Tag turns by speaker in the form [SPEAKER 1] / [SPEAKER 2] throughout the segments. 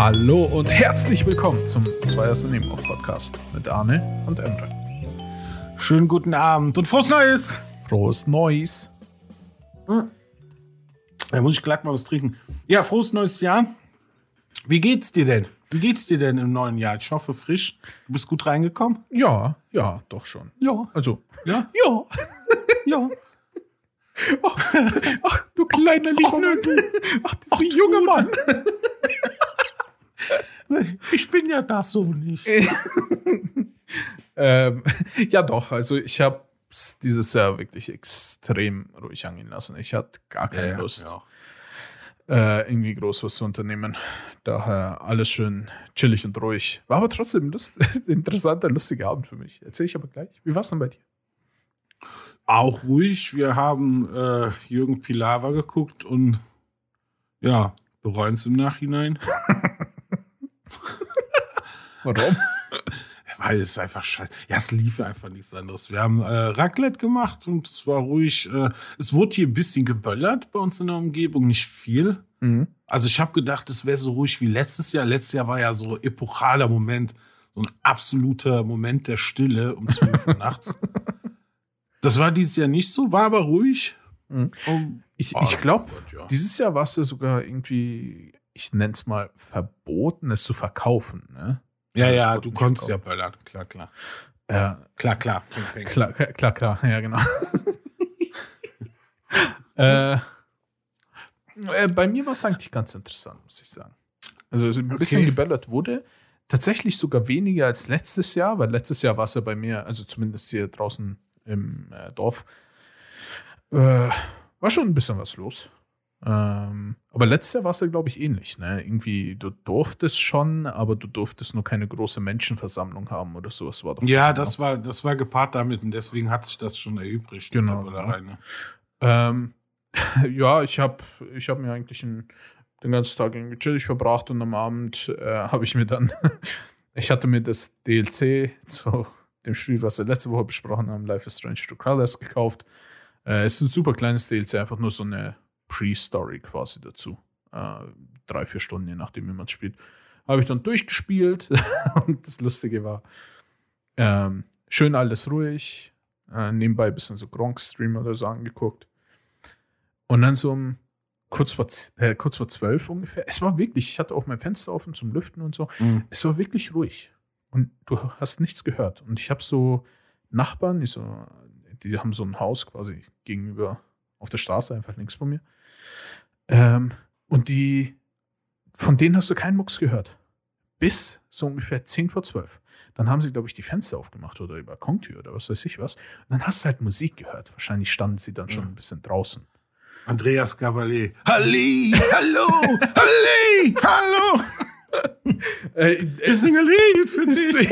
[SPEAKER 1] Hallo und herzlich willkommen zum Zwei aus der Nebenhof Podcast mit Arne und Emre.
[SPEAKER 2] Schönen guten Abend und frohes Neues!
[SPEAKER 1] Frohes Neues!
[SPEAKER 2] Da muss ich glatt mal was trinken. Ja, frohes neues Jahr. Wie geht's dir denn? Wie geht's dir denn im neuen Jahr? Ich hoffe frisch. Du bist gut reingekommen?
[SPEAKER 1] Ja, doch schon.
[SPEAKER 2] Ja.
[SPEAKER 1] Also,
[SPEAKER 2] Ja?
[SPEAKER 1] ja.
[SPEAKER 2] Ja.
[SPEAKER 1] Ach, du kleiner Liebnödel. Ach, dieser junge Mann.
[SPEAKER 2] Ich bin ja das so nicht.
[SPEAKER 1] Ja doch, also ich habe es dieses Jahr wirklich extrem ruhig angehen lassen. Ich hatte gar keine Lust, irgendwie groß was zu unternehmen. Daher alles schön chillig und ruhig. War aber trotzdem interessanter, lustiger Abend für mich. Erzähl ich aber gleich. Wie war's denn bei dir?
[SPEAKER 2] Auch ruhig. Wir haben Jürgen Pilawa geguckt und ja, bereuen es im Nachhinein.
[SPEAKER 1] Warum?
[SPEAKER 2] Weil es einfach scheiße. Ja, es lief einfach nichts anderes. Wir haben Raclette gemacht und es war ruhig. Es wurde hier ein bisschen geböllert bei uns in der Umgebung, nicht viel.
[SPEAKER 1] Mhm.
[SPEAKER 2] Also ich habe gedacht, es wäre so ruhig wie letztes Jahr. Letztes Jahr war ja so epochaler Moment, so ein absoluter Moment der Stille um 12 Uhr nachts. Das war dieses Jahr nicht so, war aber ruhig.
[SPEAKER 1] Mhm. Ich glaube, dieses Jahr war es ja sogar irgendwie, ich nenne es mal, verboten, es zu verkaufen, ne?
[SPEAKER 2] Ja, du konntest ja böllern, klar.
[SPEAKER 1] Ja.
[SPEAKER 2] Klar.
[SPEAKER 1] Klar, ja, genau. Bei mir war es eigentlich ganz interessant, muss ich sagen. Also ein bisschen geböllert wurde. Tatsächlich sogar weniger als letztes Jahr, weil letztes Jahr war es ja bei mir, also zumindest hier draußen im Dorf, war schon ein bisschen was los. Aber letztes Jahr war es ja, glaube ich, ähnlich. Ne? Irgendwie, du durftest schon, aber du durftest nur keine große Menschenversammlung haben oder sowas. War doch
[SPEAKER 2] ja, das war gepaart damit und deswegen hat sich das schon erübrigt.
[SPEAKER 1] Genau. Ja, ich hab mir eigentlich den ganzen Tag irgendwie chillig verbracht und am Abend habe ich mir dann, ich hatte mir das DLC zu dem Spiel, was wir letzte Woche besprochen haben, Life is Strange to Colors, gekauft. Es ist ein super kleines DLC, einfach nur so eine Pre-Story quasi dazu. 3-4 Stunden, je nachdem, wie man es spielt. Habe ich dann durchgespielt und das Lustige war, schön alles ruhig, nebenbei ein bisschen so Gronk-Stream oder so angeguckt. Und dann so kurz vor 12 ungefähr, es war wirklich, ich hatte auch mein Fenster offen zum Lüften und so, es war wirklich ruhig. Und du hast nichts gehört. Und ich habe so Nachbarn, die haben so ein Haus quasi gegenüber auf der Straße, einfach links von mir. Und von denen hast du keinen Mucks gehört. Bis so ungefähr 10 vor 12. Dann haben sie, glaube ich, die Fenster aufgemacht oder die Balkontür oder was weiß ich was. Und dann hast du halt Musik gehört. Wahrscheinlich standen sie dann schon ein bisschen draußen.
[SPEAKER 2] Andreas Gabalier. Halli, hallo, Halli, hallo.
[SPEAKER 1] Ich singe ein Lied für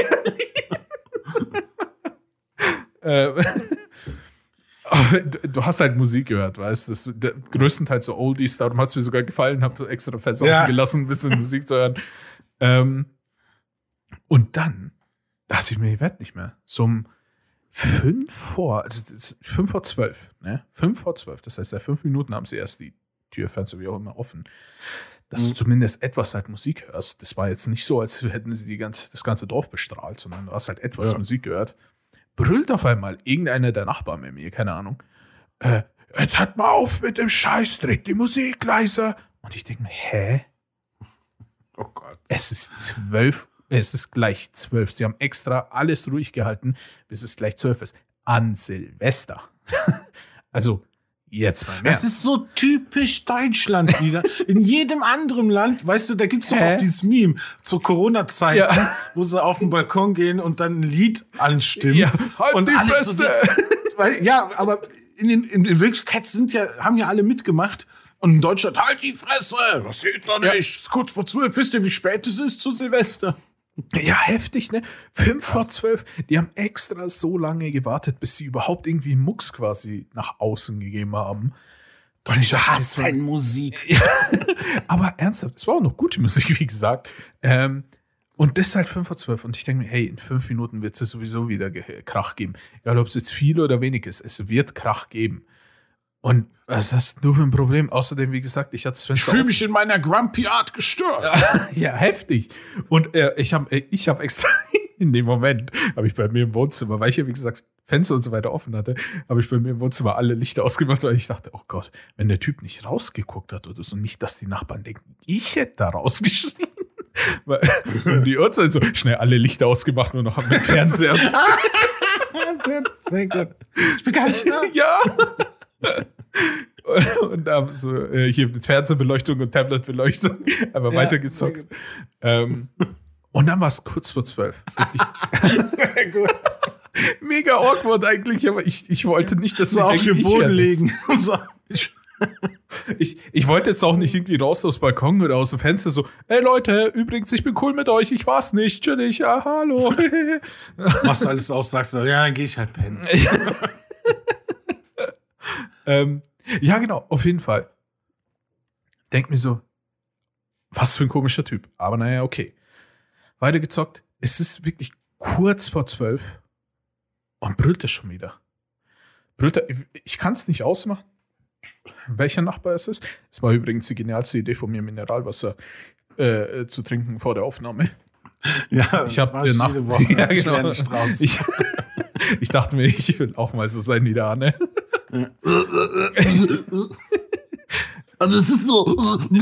[SPEAKER 1] dich. Du hast halt Musik gehört, weißt du? Größtenteils so Oldies, darum hat es mir sogar gefallen, habe extra Fenster offen gelassen, ein bisschen Musik zu hören. Und dann dachte ich mir, ich werde nicht mehr. So um 5 vor 12, ne? 5 vor 12, das heißt, seit 5 Minuten haben sie erst die Tür, Fenster, wie auch immer, offen. Dass du zumindest etwas halt Musik hörst. Das war jetzt nicht so, als hätten sie das ganze Dorf bestrahlt, sondern du hast halt etwas Musik gehört. Brüllt auf einmal irgendeiner der Nachbarn mit mir, keine Ahnung. Jetzt hört mal auf mit dem Scheiß, dreht die Musik leiser. Und ich denke mir, hä?
[SPEAKER 2] Oh Gott.
[SPEAKER 1] Es ist gleich 12. Sie haben extra alles ruhig gehalten, bis es gleich 12 ist. An Silvester. Also, jetzt mal mehr.
[SPEAKER 2] Das ist so typisch Deutschland wieder. In jedem anderen Land, weißt du, da gibt's doch auch dieses Meme zur Corona-Zeit, wo sie auf den Balkon gehen und dann ein Lied anstimmen. Ja,
[SPEAKER 1] halt
[SPEAKER 2] und
[SPEAKER 1] die
[SPEAKER 2] alle
[SPEAKER 1] Fresse!
[SPEAKER 2] Aber in Wirklichkeit haben ja alle mitgemacht. Und in Deutschland, halt die Fresse! Das geht doch nicht. Es ist kurz vor 12. Wisst ihr, wie spät es ist zu Silvester?
[SPEAKER 1] Ja, heftig, ne? 5 vor 12. Die haben extra so lange gewartet, bis sie überhaupt irgendwie Mucks quasi nach außen gegeben haben.
[SPEAKER 2] Und ich hasse Musik.
[SPEAKER 1] Ja, aber ernsthaft, es war auch noch gute Musik, wie gesagt. Und das ist halt 5 vor 12. Und ich denke mir, hey, in 5 Minuten wird es sowieso wieder Krach geben. Egal, ob es jetzt viel oder wenig ist, es wird Krach geben. Und was hast du für ein Problem? Außerdem, wie gesagt, ich hatte das
[SPEAKER 2] Ich
[SPEAKER 1] Fenster
[SPEAKER 2] fühle mich in meiner Grumpy Art gestört.
[SPEAKER 1] Ja, heftig. Und ich hab extra in dem Moment, habe ich bei mir im Wohnzimmer, weil ich ja, wie gesagt, Fenster und so weiter offen hatte, habe ich bei mir im Wohnzimmer alle Lichter ausgemacht, weil ich dachte, oh Gott, wenn der Typ nicht rausgeguckt hat oder so, nicht, dass die Nachbarn denken, ich hätte da rausgeschrien. Weil um die Uhrzeit so schnell alle Lichter ausgemacht, nur noch am Fernseher.
[SPEAKER 2] Sehr gut. Ich bin gar nicht da.
[SPEAKER 1] Ja. Und da so hier mit Fernsehbeleuchtung und Tabletbeleuchtung einfach weitergezockt. Und dann war es kurz vor 12.
[SPEAKER 2] Sehr gut.
[SPEAKER 1] Mega awkward eigentlich, aber ich wollte nicht, dass
[SPEAKER 2] so auf den Boden legen. So.
[SPEAKER 1] Ich wollte jetzt auch nicht irgendwie raus aufs Balkon oder aus dem Fenster so, ey Leute, übrigens, ich bin cool mit euch, ich war's nicht, chillig, ja, hallo.
[SPEAKER 2] Was du alles aussagst, ja, dann gehe ich halt pennen.
[SPEAKER 1] Ja, genau, auf jeden Fall. Denk mir so, was für ein komischer Typ. Aber naja, okay. Weitergezockt. Es ist wirklich kurz vor 12 und brüllt er schon wieder. Ich kann es nicht ausmachen, welcher Nachbar es ist. Es war übrigens die genialste Idee von mir, Mineralwasser zu trinken vor der Aufnahme.
[SPEAKER 2] Ja,
[SPEAKER 1] ich habe jede Woche ja, genau. Ich dachte mir, ich will auch mal so sein wie der Arne.
[SPEAKER 2] Also es ist so.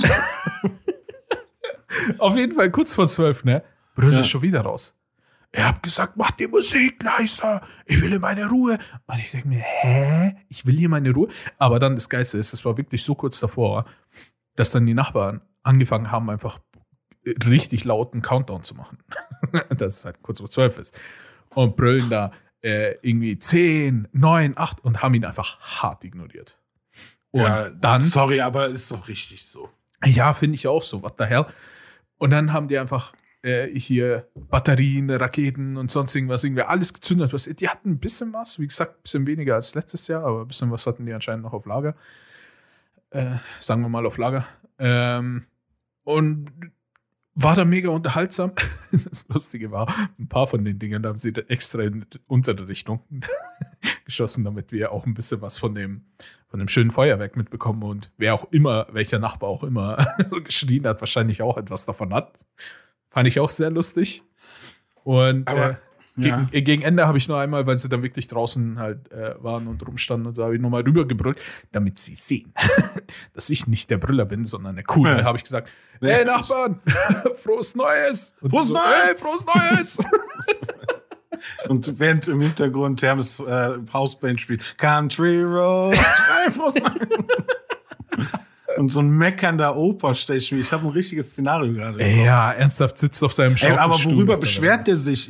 [SPEAKER 1] Auf jeden Fall kurz vor 12, ne? Brüllt er schon wieder raus. Er hat gesagt, mach die Musik leiser. Ich will hier meine Ruhe. Und ich denke mir, hä? Ich will hier meine Ruhe? Aber dann das Geilste ist, es war wirklich so kurz davor, dass dann die Nachbarn angefangen haben, einfach richtig lauten Countdown zu machen. Dass es halt kurz vor 12 ist. Und brüllen da irgendwie 10, 9, 8 und haben ihn einfach hart ignoriert. Und
[SPEAKER 2] ja,
[SPEAKER 1] dann.
[SPEAKER 2] Sorry, aber ist doch richtig so.
[SPEAKER 1] Ja, finde ich auch so. What the hell? Und dann haben die einfach hier Batterien, Raketen und sonst irgendwas, irgendwie alles gezündet. Die hatten ein bisschen was, wie gesagt, ein bisschen weniger als letztes Jahr, aber ein bisschen was hatten die anscheinend noch auf Lager. Sagen wir mal auf Lager. Und war da mega unterhaltsam. Das Lustige war, ein paar von den Dingen haben sie extra in unsere Richtung geschossen, damit wir auch ein bisschen was von dem schönen Feuerwerk mitbekommen und wer auch immer, welcher Nachbar auch immer so geschrien hat, wahrscheinlich auch etwas davon hat. Fand ich auch sehr lustig. Und gegen Ende habe ich nur einmal, weil sie dann wirklich draußen halt waren und rumstanden, und da habe ich nochmal rübergebrüllt, damit sie sehen, dass ich nicht der Brüller bin, sondern der Coole. Habe ich gesagt, hey Nachbarn, frohes Neues! Und
[SPEAKER 2] frohes Neues!
[SPEAKER 1] Hey, frohes Neues!
[SPEAKER 2] Und während im Hintergrund Hermes Hausband spielt Country Road. Frohes Neues! Und so ein meckernder Opa stelle ich mir. Ich habe ein richtiges Szenario gerade.
[SPEAKER 1] Ja, ernsthaft sitzt auf seinem Schaukelstuhl.
[SPEAKER 2] Aber worüber beschwert der sich?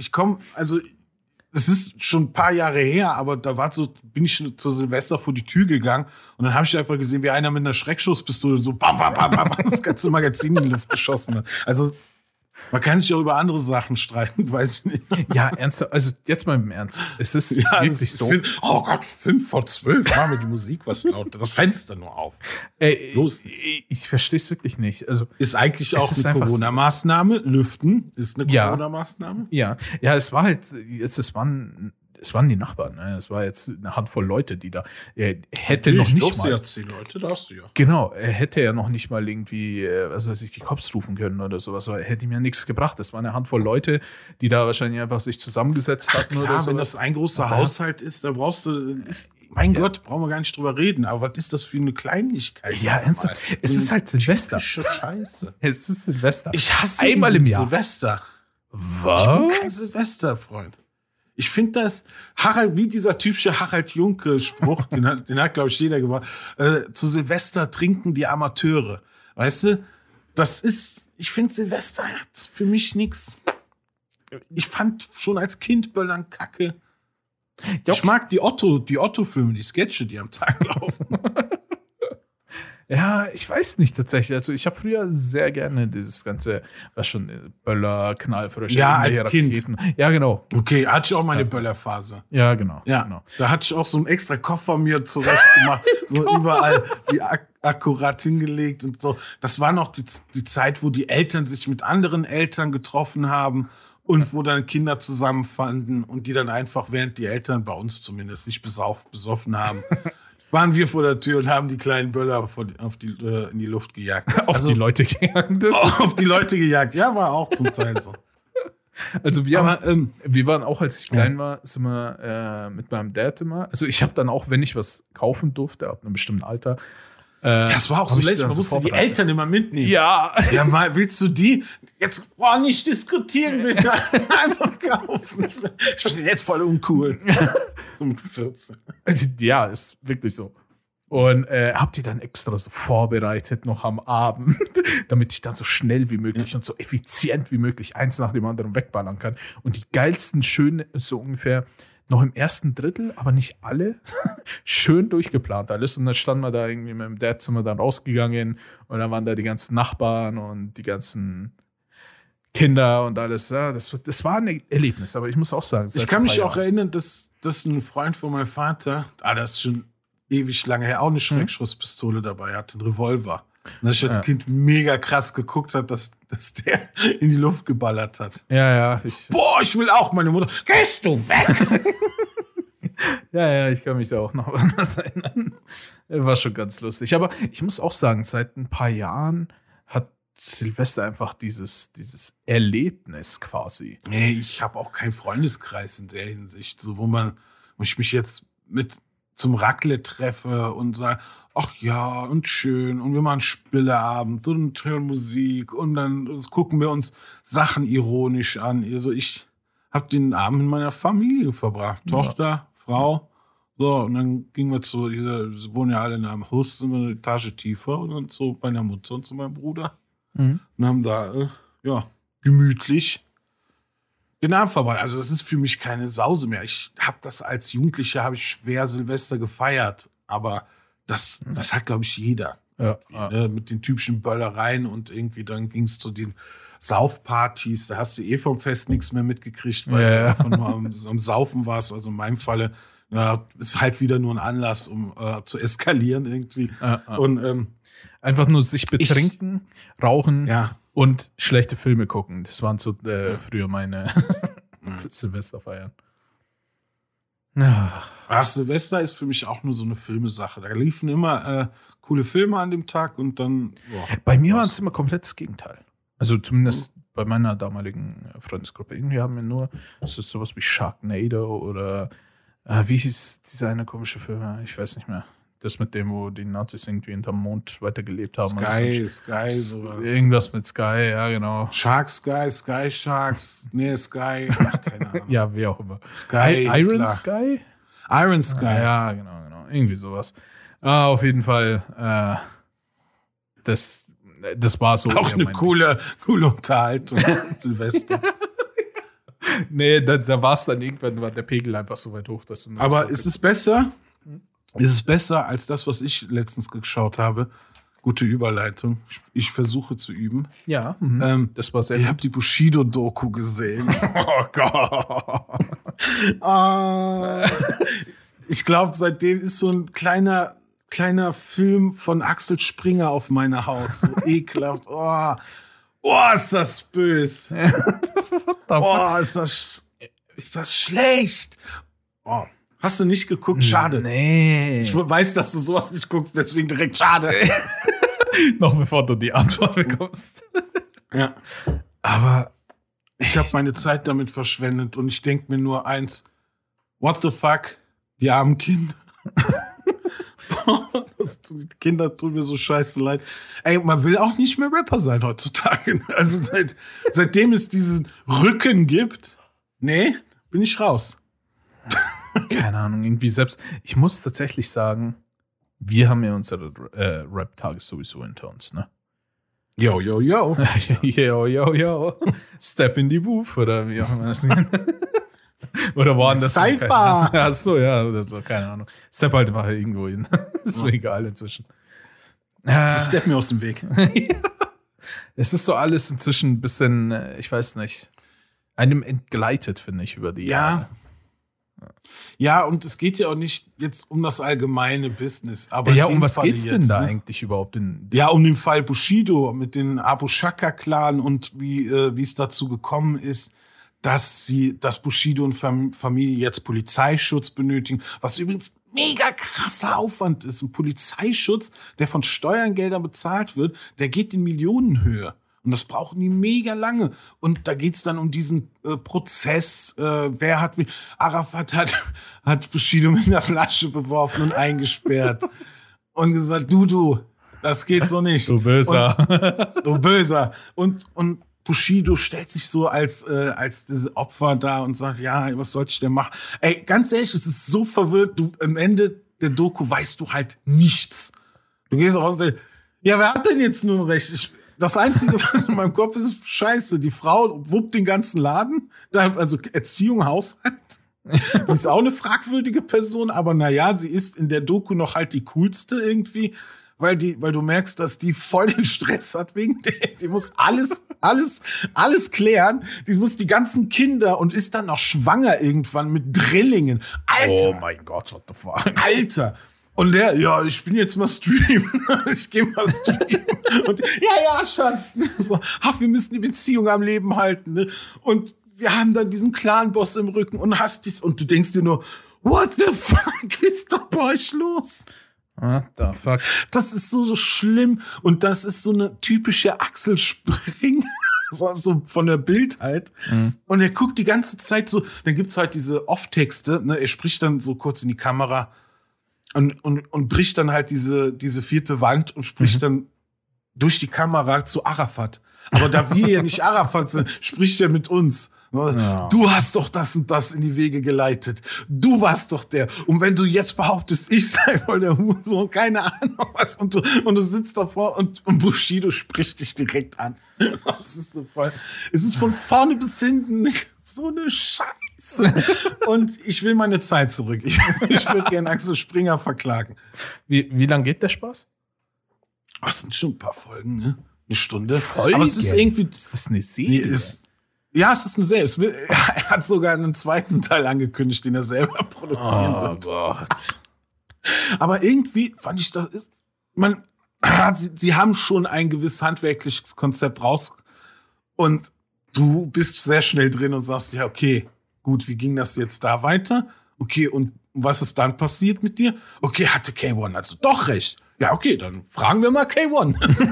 [SPEAKER 2] Es ist schon ein paar Jahre her, aber bin ich zu Silvester vor die Tür gegangen und dann habe ich einfach gesehen, wie einer mit einer Schreckschusspistole so bam, bam, bam, bam, das ganze Magazin in die Luft geschossen hat. Also man kann sich auch über andere Sachen streiten, weiß ich nicht.
[SPEAKER 1] Ja, ernsthaft, also jetzt mal im Ernst. Es ist wirklich so.
[SPEAKER 2] Oh Gott, 5 vor 12, machen wir die Musik was lauter. Das Fenster nur auf.
[SPEAKER 1] Los. Ich verstehe es wirklich nicht. Also,
[SPEAKER 2] ist eigentlich auch eine Corona-Maßnahme. Lüften ist eine Corona-Maßnahme.
[SPEAKER 1] Ja, es war halt, es waren die Nachbarn. Ne? Es war jetzt eine Handvoll Leute, die da hätte noch nicht mal.
[SPEAKER 2] Ja 10 Leute, darfst du ja.
[SPEAKER 1] Genau, er hätte ja noch nicht mal irgendwie, was weiß ich, die Cops rufen können oder sowas. Aber hätte ihm ja nichts gebracht. Das war eine Handvoll Leute, die da wahrscheinlich einfach sich zusammengesetzt hatten
[SPEAKER 2] klar,
[SPEAKER 1] oder so.
[SPEAKER 2] Wenn das ein großer Haushalt ist, da brauchst du. Mein Gott, brauchen wir gar nicht drüber reden. Aber was ist das für eine Kleinigkeit?
[SPEAKER 1] Ja, ernsthaft. Es ist halt Silvester.
[SPEAKER 2] Scheiße.
[SPEAKER 1] Es ist Silvester.
[SPEAKER 2] Ich hasse
[SPEAKER 1] einmal im Jahr.
[SPEAKER 2] Silvester.
[SPEAKER 1] Was?
[SPEAKER 2] Ich bin kein Silvesterfreund. Ich finde das wie dieser typische Harald Junke-Spruch, den hat glaube ich, jeder gemacht. Zu Silvester trinken die Amateure. Weißt du? Ich finde Silvester hat für mich nichts. Ich fand schon als Kind Böllern kacke. Ich mag die Otto-Filme, die Sketche, die am Tag laufen.
[SPEAKER 1] Ja, ich weiß nicht tatsächlich. Also ich habe früher sehr gerne dieses ganze, was schon Böller, Knallfrösche.
[SPEAKER 2] Ja, als Kind.
[SPEAKER 1] Ja, genau.
[SPEAKER 2] Okay, hatte ich auch meine Böllerphase.
[SPEAKER 1] Ja, genau.
[SPEAKER 2] Ja,
[SPEAKER 1] genau.
[SPEAKER 2] Da hatte ich auch so einen extra Koffer mir zurecht gemacht, so überall die akkurat hingelegt und so. Das war noch die Zeit, wo die Eltern sich mit anderen Eltern getroffen haben und wo dann Kinder zusammenfanden und die dann einfach, während die Eltern bei uns zumindest sich besoffen haben, waren wir vor der Tür und haben die kleinen Böller in die Luft gejagt.
[SPEAKER 1] Auf die Leute gejagt.
[SPEAKER 2] Auf die Leute gejagt. Ja, war auch zum Teil so.
[SPEAKER 1] Also wir waren auch, als ich klein war, sind wir mit meinem Dad immer. Also ich habe dann auch, wenn ich was kaufen durfte, ab einem bestimmten Alter.
[SPEAKER 2] Das war auch so lässig, man musste die Eltern immer mitnehmen.
[SPEAKER 1] Ja.
[SPEAKER 2] Ja, mal, willst du die? Jetzt, nicht diskutieren, bitte. Einfach kaufen. Ich bin jetzt voll uncool. So mit 14.
[SPEAKER 1] Ja, ist wirklich so. Und hab die dann extra so vorbereitet, noch am Abend, damit ich dann so schnell wie möglich und so effizient wie möglich eins nach dem anderen wegballern kann. Und die geilsten, schön so ungefähr noch im ersten Drittel, aber nicht alle, schön durchgeplant alles. Und dann standen wir da irgendwie mit dem Dad-Zimmer dann rausgegangen und dann waren da die ganzen Nachbarn und die ganzen Kinder und alles. Ja, das war ein Erlebnis, aber ich muss auch sagen,
[SPEAKER 2] ich kann mich auch erinnern, dass ein Freund von meinem Vater, das ist schon ewig lange her, auch eine Schreckschusspistole dabei hatte, einen Revolver. Und dass ich als Kind mega krass geguckt habe, dass der in die Luft geballert hat.
[SPEAKER 1] Ja.
[SPEAKER 2] Ich will auch, meine Mutter. Gehst du weg?
[SPEAKER 1] Ja, ich kann mich da auch noch an was erinnern. War schon ganz lustig. Aber ich muss auch sagen, seit ein paar Jahren hat Silvester einfach dieses Erlebnis quasi.
[SPEAKER 2] Nee, ich habe auch keinen Freundeskreis in der Hinsicht, so wo ich mich jetzt mit zum Raclette treffe und sage, ach ja, und schön, und wir machen Spieleabend und hören Musik und dann gucken wir uns Sachen ironisch an. Also ich habe den Abend mit meiner Familie verbracht. Tochter, Frau. So, und dann gingen wir sie wohnen ja alle in einem Haus, sind wir eine Etage tiefer und dann zu meiner Mutter und zu meinem Bruder. Und haben da, gemütlich den Abend verbracht. Also das ist für mich keine Sause mehr. Ich habe das als Jugendlicher, habe ich schwer Silvester gefeiert, aber das hat, glaube ich, jeder.
[SPEAKER 1] Ja.
[SPEAKER 2] Mit den typischen Böllereien und irgendwie dann ging es zu den Saufpartys. Da hast du vom Fest nichts mehr mitgekriegt, weil du einfach nur am Saufen warst. Also in meinem Falle ist halt wieder nur ein Anlass, um zu eskalieren irgendwie. Und
[SPEAKER 1] einfach nur sich betrinken, rauchen und schlechte Filme gucken. Das waren so früher meine Silvesterfeiern.
[SPEAKER 2] Ach, Silvester ist für mich auch nur so eine Filmesache. Da liefen immer coole Filme an dem Tag und dann.
[SPEAKER 1] Bei mir war es immer komplett das Gegenteil. Also zumindest bei meiner damaligen Freundesgruppe. Irgendwie haben wir nur sowas wie Sharknado oder wie hieß dieser eine komische Film? Ich weiß nicht mehr. Das mit dem, wo die Nazis irgendwie hinterm Mond weitergelebt haben.
[SPEAKER 2] Sky, sowas.
[SPEAKER 1] Irgendwas mit Sky, ja, genau.
[SPEAKER 2] Shark Sky, Sky Sharks, Sky, keine Ahnung.
[SPEAKER 1] Ja, wie auch immer.
[SPEAKER 2] Sky,
[SPEAKER 1] Iron
[SPEAKER 2] klar.
[SPEAKER 1] Sky?
[SPEAKER 2] Iron Sky.
[SPEAKER 1] Ja, genau. Irgendwie sowas. Auf jeden Fall, das war so.
[SPEAKER 2] Auch eine coole Unterhaltung, Silvester.
[SPEAKER 1] Nee, da war es dann irgendwann, war der Pegel einfach so weit hoch, dass du.
[SPEAKER 2] Aber ist es besser? Ist es besser als das, was ich letztens geschaut habe? Gute Überleitung. Ich versuche zu üben.
[SPEAKER 1] Ja, das war sehr
[SPEAKER 2] gut. Ich habe die Bushido-Doku gesehen.
[SPEAKER 1] Oh Gott.
[SPEAKER 2] Ich glaube, seitdem ist so ein kleiner Film von Axel Springer auf meiner Haut. So ekelhaft. Ist das böse. Ist das schlecht. Hast du nicht geguckt? Schade.
[SPEAKER 1] Nee.
[SPEAKER 2] Ich weiß, dass du sowas nicht guckst, deswegen direkt schade.
[SPEAKER 1] Noch bevor du die Antwort bekommst.
[SPEAKER 2] Ja.
[SPEAKER 1] Aber
[SPEAKER 2] ich habe meine Zeit damit verschwendet und ich denke mir nur eins: What the fuck? Die armen Kinder. Die Kinder tun mir so scheiße leid. Ey, man will auch nicht mehr Rapper sein heutzutage. Also seitdem es diesen Rücken gibt, bin ich raus.
[SPEAKER 1] Keine Ahnung, irgendwie selbst. Ich muss tatsächlich sagen, wir haben ja unsere Rap-Tage sowieso hinter uns, ne?
[SPEAKER 2] Yo.
[SPEAKER 1] Yo. Step in die Booth, oder wie auch immer das nennt. Oder woanders.
[SPEAKER 2] Cypher!
[SPEAKER 1] Ach so, ja, oder so, keine Ahnung. Step halt einfach irgendwo hin. Ist mir egal inzwischen.
[SPEAKER 2] Step mir aus dem Weg.
[SPEAKER 1] Es ist so alles inzwischen ein bisschen, ich weiß nicht, einem entgleitet, finde ich, über die Jahre.
[SPEAKER 2] Ja, und es geht ja auch nicht jetzt um das allgemeine Business. Aber
[SPEAKER 1] ja, um was geht's denn da eigentlich überhaupt?
[SPEAKER 2] Ja, um den Fall Bushido mit den Abu Shaka-Clan und wie es dazu gekommen ist, dass Bushido und Familie jetzt Polizeischutz benötigen. Was übrigens mega krasser Aufwand ist. Ein Polizeischutz, der von Steuergeldern bezahlt wird, der geht in Millionenhöhe. Und das brauchen die mega lange. Und da geht's dann um diesen Prozess. Wer hat wie Arafat hat Bushido mit einer Flasche beworfen und eingesperrt. Und gesagt, du, das geht so nicht.
[SPEAKER 1] Du Böser.
[SPEAKER 2] Du Böser. Und Bushido stellt sich so als diese Opfer da und sagt, ja, was soll ich denn machen? Ey, ganz ehrlich, es ist so verwirrt. Am Ende der Doku weißt du halt nichts. Du gehst raus und denkst, ja, wer hat denn jetzt nun recht? Das Einzige, was in meinem Kopf ist, scheiße, die Frau wuppt den ganzen Laden. Also Erziehung, Haushalt. Die ist auch eine fragwürdige Person, aber naja, sie ist in der Doku noch halt die coolste irgendwie, weil du merkst, dass die voll den Stress hat wegen der. Die muss alles klären. Die muss die ganzen Kinder und ist dann noch schwanger irgendwann mit Drillingen. Alter.
[SPEAKER 1] Oh mein Gott, what the fuck?
[SPEAKER 2] Alter. Und der, ja, ich bin jetzt mal streamen. Ich gehe mal streamen. Und ja, Schatz. So, wir müssen die Beziehung am Leben halten. Ne? Und wir haben dann diesen Clan-Boss im Rücken und hast dies. Und du denkst dir nur, what the fuck ist doch bei euch los?
[SPEAKER 1] What the fuck?
[SPEAKER 2] Das ist so schlimm. Und das ist so eine typische Axel Spring. So von der Bild halt. Mhm. Und er guckt die ganze Zeit so. Dann gibt's halt diese Off-Texte. Ne? Er spricht dann so kurz in die Kamera. Und bricht dann halt diese vierte Wand und spricht dann durch die Kamera zu Arafat. Aber da wir ja nicht Arafat sind, spricht er mit uns. Ja. Du hast doch das und das in die Wege geleitet. Du warst doch der. Und wenn du jetzt behauptest, ich sei voll der Hurensohn, keine Ahnung was, und du sitzt davor und Bushido spricht dich direkt an. Das ist so voll. Es ist von vorne bis hinten so eine Scheiße. Und ich will meine Zeit zurück. Ich würde gerne Axel Springer verklagen.
[SPEAKER 1] Wie lang geht der Spaß?
[SPEAKER 2] Das sind schon ein paar Folgen, ne? Eine Stunde.
[SPEAKER 1] Folgen?
[SPEAKER 2] Aber es ist irgendwie.
[SPEAKER 1] Ist das eine Serie?
[SPEAKER 2] Ja, es ist eine Serie. Er hat sogar einen zweiten Teil angekündigt, den er selber produzieren wird.
[SPEAKER 1] Oh Gott.
[SPEAKER 2] Aber irgendwie fand ich das. Sie haben schon ein gewisses handwerkliches Konzept raus. Und du bist sehr schnell drin und sagst, ja, okay, gut, wie ging das jetzt da weiter? Okay, und was ist dann passiert mit dir? Okay, hatte K1 also doch recht. Ja, okay, dann fragen wir mal K1.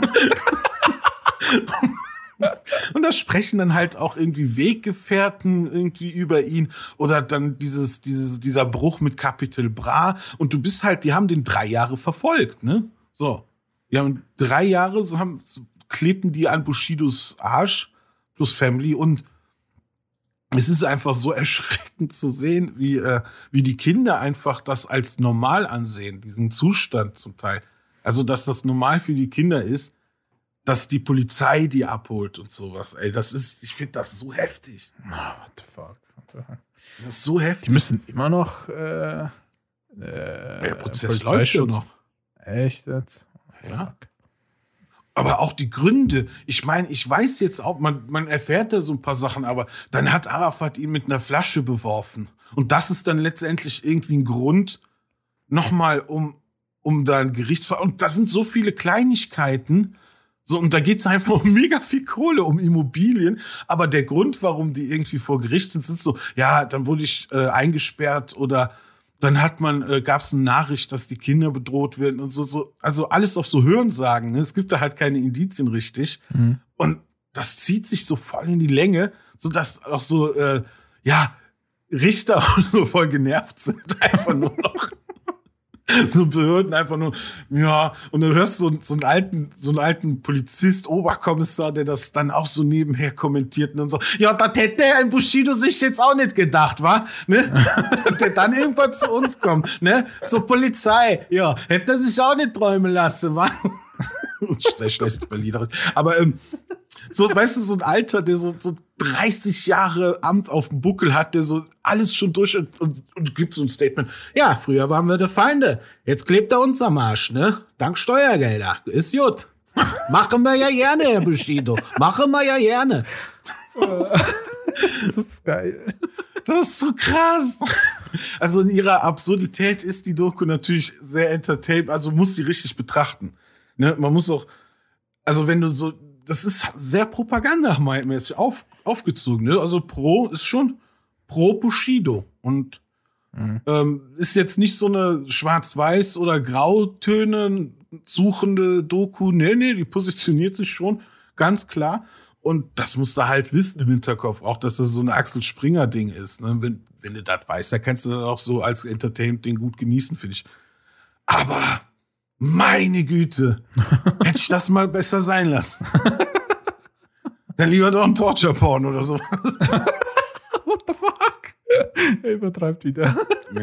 [SPEAKER 2] Und das sprechen dann halt auch irgendwie Weggefährten irgendwie über ihn oder dann dieser Bruch mit Capital Bra. Und du bist halt, die haben den 3 Jahre verfolgt, ne? So. Ja, und 3 Jahre klebten die an Bushidos Arsch plus Family und es ist einfach so erschreckend zu sehen, wie die Kinder einfach das als normal ansehen, diesen Zustand zum Teil. Also, dass das normal für die Kinder ist, dass die Polizei die abholt und sowas. Ey, ich finde das so heftig.
[SPEAKER 1] What the fuck?
[SPEAKER 2] Das ist so heftig.
[SPEAKER 1] Die müssen immer noch
[SPEAKER 2] der Prozess läuft ja noch.
[SPEAKER 1] Echt jetzt?
[SPEAKER 2] Ja. Aber auch die Gründe. Ich meine, ich weiß jetzt auch, man erfährt da so ein paar Sachen, aber dann hat Arafat ihn mit einer Flasche beworfen. Und das ist dann letztendlich irgendwie ein Grund, nochmal um da ein Gerichtsverfahren. Und das sind so viele Kleinigkeiten. So, und da geht's einfach um mega viel Kohle, um Immobilien. Aber der Grund, warum die irgendwie vor Gericht sind so, ja, dann wurde ich eingesperrt oder dann gab's eine Nachricht, dass die Kinder bedroht werden und so. Also alles auf so Hörensagen. Ne? Es gibt da halt keine Indizien richtig. Mhm. Und das zieht sich so voll in die Länge, sodass auch so, Richter so voll genervt sind. Einfach nur noch. So Behörden einfach nur, ja, und dann hörst du so einen alten Polizist, Oberkommissar, der das dann auch so nebenher kommentiert und so, ja, das hätte ein Bushido sich jetzt auch nicht gedacht, wa? Ne? Dass der dann irgendwann zu uns kommt, ne? Zur Polizei, ja, hätte er sich auch nicht träumen lassen, wa? Sehr schlechtes Berliner. Aber, so, weißt du, so ein Alter, der so 30 Jahre Amt auf dem Buckel hat, der so alles schon durch und gibt so ein Statement. Ja, früher waren wir die Feinde. Jetzt klebt er uns am Arsch, ne? Dank Steuergelder. Ist gut. Machen wir ja gerne, Herr Bushido. Machen wir ja gerne.
[SPEAKER 1] Das ist geil.
[SPEAKER 2] Das ist so krass. Also in ihrer Absurdität ist die Doku natürlich sehr entertainment. Also muss sie richtig betrachten. Ne? Man muss auch, also wenn du so, das ist sehr propagandamäßig aufgezogen. Ne? Also ist schon pro Bushido. Und Ist jetzt nicht so eine Schwarz-Weiß- oder Grautöne suchende Doku. Nee, die positioniert sich schon ganz klar. Und das musst du halt wissen im Hinterkopf, auch dass das so ein Axel Springer-Ding ist. Ne? Wenn du das weißt, dann kannst du das auch so als Entertainment-Ding gut genießen, finde ich. Aber meine Güte, hätte ich das mal besser sein lassen. Dann lieber doch ein Torture-Porn oder so.
[SPEAKER 1] What the fuck? Er übertreibt wieder.
[SPEAKER 2] Nee.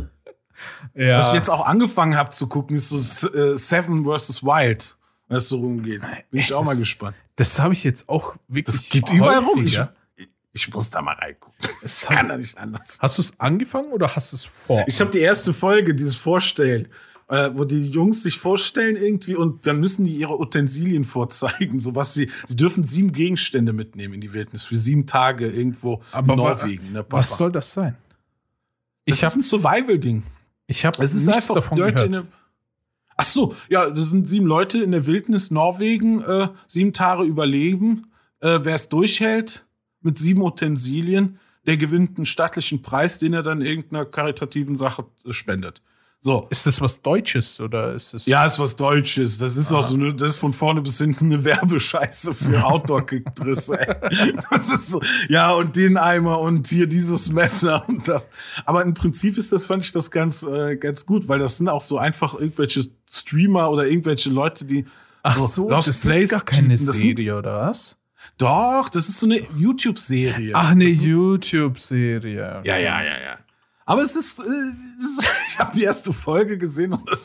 [SPEAKER 1] Ja.
[SPEAKER 2] Was ich jetzt auch angefangen habe zu gucken, ist so Seven vs. Wild, wenn es so rumgeht. Bin ich auch mal gespannt.
[SPEAKER 1] Das habe ich jetzt auch wirklich.
[SPEAKER 2] Das geht überall rum.
[SPEAKER 1] häufiger.
[SPEAKER 2] Ich muss da mal reingucken. Es kann da nicht anders.
[SPEAKER 1] Hast du es angefangen oder hast du es vor?
[SPEAKER 2] Ich habe die erste Folge, dieses Vorstellen, wo die Jungs sich vorstellen irgendwie und dann müssen die ihre Utensilien vorzeigen, so was sie dürfen 7 Gegenstände mitnehmen in die Wildnis für 7 Tage irgendwo in Norwegen. In der Pampa.
[SPEAKER 1] Was soll das sein?
[SPEAKER 2] Das ist ein Survival-Ding.
[SPEAKER 1] Ich habe
[SPEAKER 2] Es ist
[SPEAKER 1] nichts
[SPEAKER 2] einfach
[SPEAKER 1] davon gehört.
[SPEAKER 2] Ach so, ja, das sind 7 Leute in der Wildnis Norwegen, 7 Tage überleben. Wer es durchhält mit 7 Utensilien, der gewinnt einen stattlichen Preis, den er dann irgendeiner karitativen Sache spendet. So.
[SPEAKER 1] Ist das was Deutsches oder ist es?
[SPEAKER 2] Ja, ist was Deutsches. Das ist auch so das ist von vorne bis hinten eine Werbescheiße für Outdoor-Kicktrisse. Das ist so, ja, und den Eimer und hier dieses Messer und das. Aber im Prinzip fand ich das ganz gut, weil das sind auch so einfach irgendwelche Streamer oder irgendwelche Leute, die
[SPEAKER 1] Ach so, das ist gar keine Serie, oder was?
[SPEAKER 2] Doch, das ist so eine YouTube-Serie.
[SPEAKER 1] Ach, eine YouTube-Serie.
[SPEAKER 2] Okay. Ja. Aber es ist ich habe die erste Folge gesehen und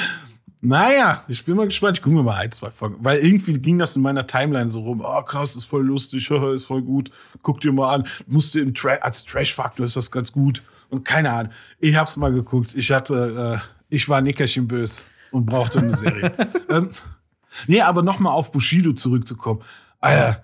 [SPEAKER 2] naja, ich bin mal gespannt. Ich gucke mir mal 1, 2 Folgen. Weil irgendwie ging das in meiner Timeline so rum. Oh, krass, ist voll lustig, ist voll gut. Guck dir mal an. Als Trash-Faktor ist das ganz gut. Und keine Ahnung. Ich hab's mal geguckt. Ich war Nickerchen böse und brauchte eine Serie. Nee, aber noch mal auf Bushido zurückzukommen. Alter.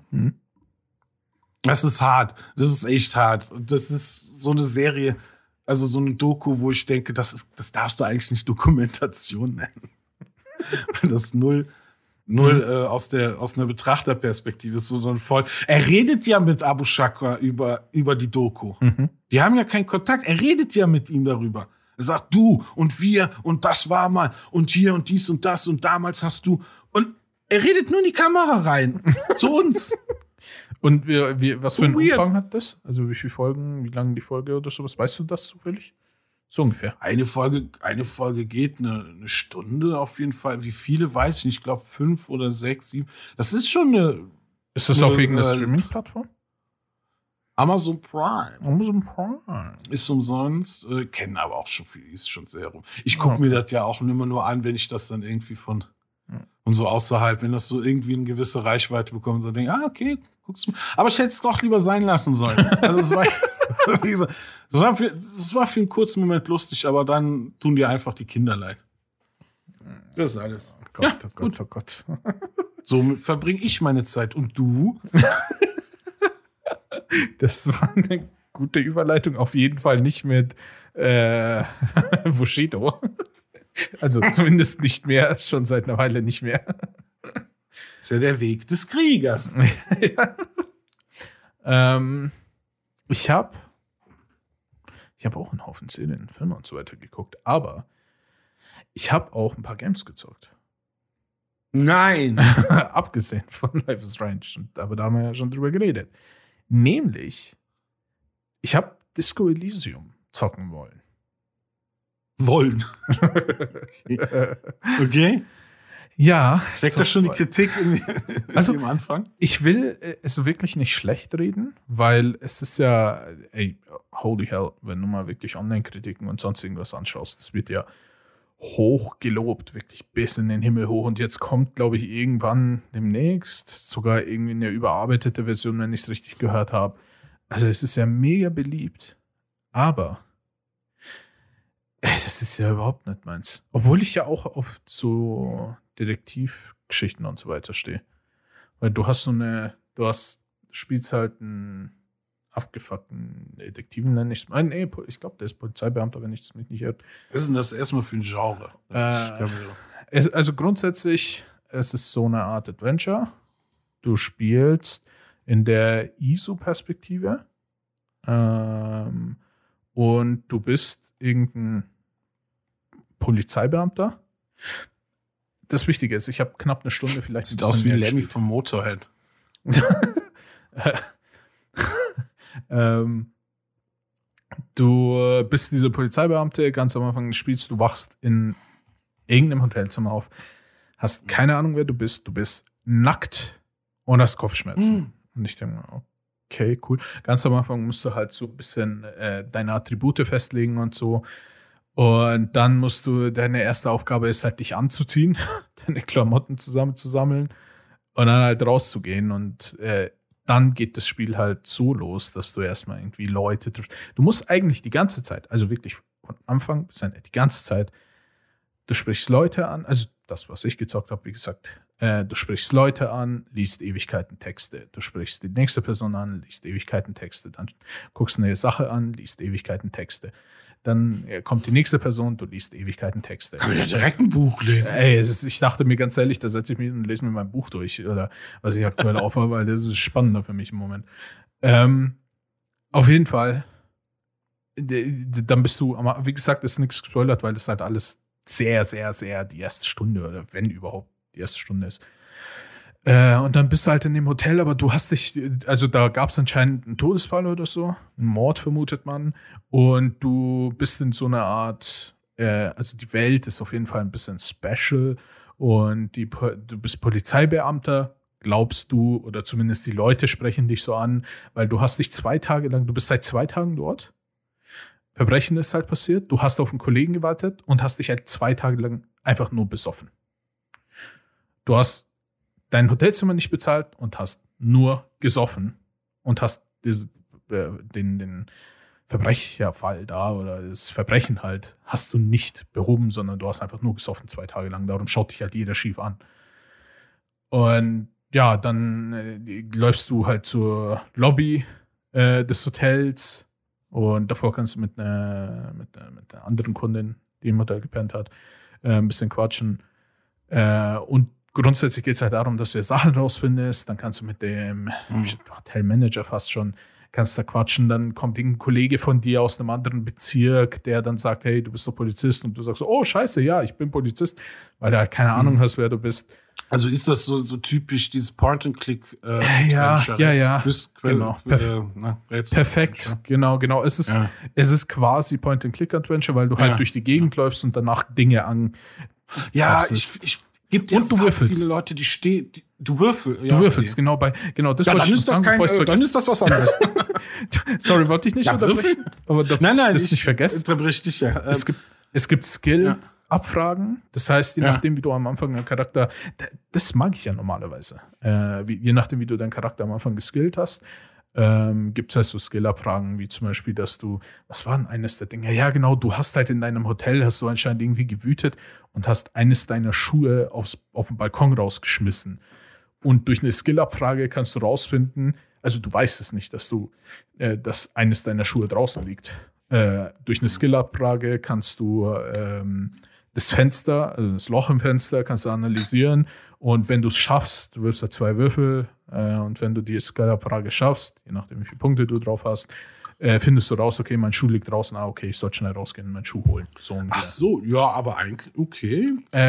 [SPEAKER 2] Das ist hart. Das ist echt hart. Und das ist so eine Serie, also so eine Doku, wo ich denke, das darfst du eigentlich nicht Dokumentation nennen. Das null aus einer Betrachterperspektive ist, sondern voll. Er redet ja mit Abu Shakra über die Doku. Die haben ja keinen Kontakt. Er redet ja mit ihm darüber. Er sagt, du und wir und das war mal und hier und dies und das und damals hast du. Und er redet nur in die Kamera rein. Zu uns.
[SPEAKER 1] Und was für einen
[SPEAKER 2] Weird.
[SPEAKER 1] Umfang hat das? Also wie viele Folgen, wie lange die Folge oder sowas? Weißt du das zufällig? So ungefähr.
[SPEAKER 2] Eine Folge geht eine Stunde auf jeden Fall. Wie viele weiß ich nicht. Ich glaube 5 oder 6, 7. Das ist schon eine.
[SPEAKER 1] Ist das auf irgendeiner Streaming-Plattform?
[SPEAKER 2] Amazon Prime.
[SPEAKER 1] Amazon Prime.
[SPEAKER 2] Ist umsonst. Kennen aber auch schon viel. Ist schon sehr rum. Ich gucke mir das ja auch immer nur an, wenn ich das dann irgendwie von so außerhalb, wenn das so irgendwie eine gewisse Reichweite bekommt, dann denke ich, okay, guckst du mal. Aber ich hätte es doch lieber sein lassen sollen. Also es war, wie gesagt, es war für einen kurzen Moment lustig, aber dann tun dir einfach die Kinder leid. Das ist alles.
[SPEAKER 1] Oh Gott, ja, oh Gott, oh Gott.
[SPEAKER 2] So verbringe ich meine Zeit. Und du?
[SPEAKER 1] Das war eine gute Überleitung. Auf jeden Fall nicht mit Bushido. Also zumindest nicht mehr, schon seit einer Weile nicht mehr.
[SPEAKER 2] Ist ja der Weg des Kriegers.
[SPEAKER 1] Ja. Ich habe auch einen Haufen Serien, Filme und so weiter geguckt, aber ich habe auch ein paar Games gezockt.
[SPEAKER 2] Nein!
[SPEAKER 1] Abgesehen von Life is Strange. Aber da haben wir ja schon drüber geredet. Nämlich, ich habe Disco Elysium zocken wollen.
[SPEAKER 2] Okay.
[SPEAKER 1] Ja.
[SPEAKER 2] Steckt da schon die Kritik in dem Anfang?
[SPEAKER 1] Ich will es wirklich nicht schlecht reden, weil es ist ja, holy hell, wenn du mal wirklich Online-Kritiken und sonst irgendwas anschaust, das wird ja hoch gelobt, wirklich bis in den Himmel hoch. Und jetzt kommt, glaube ich, irgendwann demnächst sogar irgendwie eine überarbeitete Version, wenn ich es richtig gehört habe. Also es ist ja mega beliebt, aber das ist ja überhaupt nicht meins. Obwohl ich ja auch auf so Detektivgeschichten und so weiter stehe. Weil du spielst halt einen abgefuckten Detektiven, nenne ich es mal. Nee, ich glaube, der ist Polizeibeamter, wenn ich es mich nicht irre.
[SPEAKER 2] Was ist denn das erstmal für ein Genre?
[SPEAKER 1] Also grundsätzlich, es ist so eine Art Adventure. Du spielst in der ISO-Perspektive. und du bist irgendein Polizeibeamter. Das Wichtige ist, ich habe knapp eine Stunde vielleicht.
[SPEAKER 2] Sieht aus wie Lemmy vom Motorhead.
[SPEAKER 1] Du bist diese Polizeibeamte, ganz am Anfang des Spiels, du wachst in irgendeinem Hotelzimmer auf, hast keine Ahnung, wer du bist nackt und hast Kopfschmerzen. Und ich denke, okay, cool. Ganz am Anfang musst du halt so ein bisschen deine Attribute festlegen und so. Und dann deine erste Aufgabe ist halt, dich anzuziehen, deine Klamotten zusammenzusammeln und dann halt rauszugehen. Und dann geht das Spiel halt so los, dass du erstmal irgendwie Leute triffst. Du musst eigentlich die ganze Zeit, also wirklich von Anfang bis Ende, die ganze Zeit, du sprichst Leute an, also das, was ich gezockt habe, wie gesagt, du sprichst Leute an, liest Ewigkeiten Texte. Du sprichst die nächste Person an, liest Ewigkeiten Texte. Dann guckst du eine Sache an, liest Ewigkeiten Texte. Dann kommt die nächste Person, du liest Ewigkeiten Texte.
[SPEAKER 2] Ich will ja direkt ein Buch lesen.
[SPEAKER 1] Ey, ich dachte mir ganz ehrlich, da setze ich mich und lese mir mein Buch durch. Oder was ich aktuell aufhabe, weil das ist spannender für mich im Moment. Auf jeden Fall, dann bist du, wie gesagt, ist nichts gespoilert, weil das halt alles sehr, sehr, sehr die erste Stunde oder wenn überhaupt die erste Stunde ist. Und dann bist du halt in dem Hotel, aber du hast dich, also da gab es anscheinend einen Todesfall oder so, einen Mord vermutet man, und du bist in so einer Art, also die Welt ist auf jeden Fall ein bisschen special und du bist Polizeibeamter, glaubst du, oder zumindest die Leute sprechen dich so an, weil du hast dich 2 Tage lang, du bist seit 2 Tagen dort, Verbrechen ist halt passiert, du hast auf einen Kollegen gewartet und hast dich halt 2 Tage lang einfach nur besoffen. Du hast dein Hotelzimmer nicht bezahlt und hast nur gesoffen und hast den Verbrecherfall da oder das Verbrechen halt hast du nicht behoben, sondern du hast einfach nur gesoffen 2 Tage lang. Darum schaut dich halt jeder schief an. Und ja, dann läufst du halt zur Lobby des Hotels und davor kannst du mit einer anderen Kundin, die im Hotel gepennt hat, ein bisschen quatschen. Und grundsätzlich geht es halt darum, dass du Sachen rausfindest. Dann kannst du mit dem Hotelmanager fast schon, kannst da quatschen. Dann kommt ein Kollege von dir aus einem anderen Bezirk, der dann sagt, hey, du bist doch Polizist. Und du sagst so, oh, scheiße, ja, ich bin Polizist. Weil du halt keine Ahnung hast, wer du bist.
[SPEAKER 2] Also ist das so typisch dieses Point-and-Click?
[SPEAKER 1] Ja. Genau. Perfekt. Genau. Es ist quasi Point-and-Click-Adventure, weil du halt durch die Gegend läufst und danach Dinge an.
[SPEAKER 2] Ja, ich gibt ja so viele Leute, die stehen. Du würfelst.
[SPEAKER 1] Du würfelst, genau. Das
[SPEAKER 2] dann ist das dann ist das was anderes.
[SPEAKER 1] Sorry, wollte ich nicht unterbrechen. Aber
[SPEAKER 2] nein,
[SPEAKER 1] das nicht vergessen.
[SPEAKER 2] Unterbrich dich ja.
[SPEAKER 1] Es gibt Skill-Abfragen. Das heißt, je nachdem, wie du am Anfang einen Charakter, das mag ich ja normalerweise. Je nachdem, wie du deinen Charakter am Anfang geskillt hast, gibt es halt so Skill-Abfragen, wie zum Beispiel, dass du, was war denn eines der Dinge? Ja, genau, du hast halt in deinem Hotel, hast du anscheinend irgendwie gewütet und hast eines deiner Schuhe auf den Balkon rausgeschmissen. Und durch eine Skill-Abfrage kannst du rausfinden, also du weißt es nicht, dass eines deiner Schuhe draußen liegt. Durch eine Skill-Abfrage kannst du das Fenster, also das Loch im Fenster, kannst du analysieren. Und wenn du es schaffst, du wirfst da 2 Würfel, und wenn du die Skill-Abfrage schaffst, je nachdem, wie viele Punkte du drauf hast, findest du raus, okay, mein Schuh liegt draußen, okay, ich sollte schnell rausgehen und meinen Schuh holen. So ungefähr.
[SPEAKER 2] Ach so, ja, aber eigentlich, okay.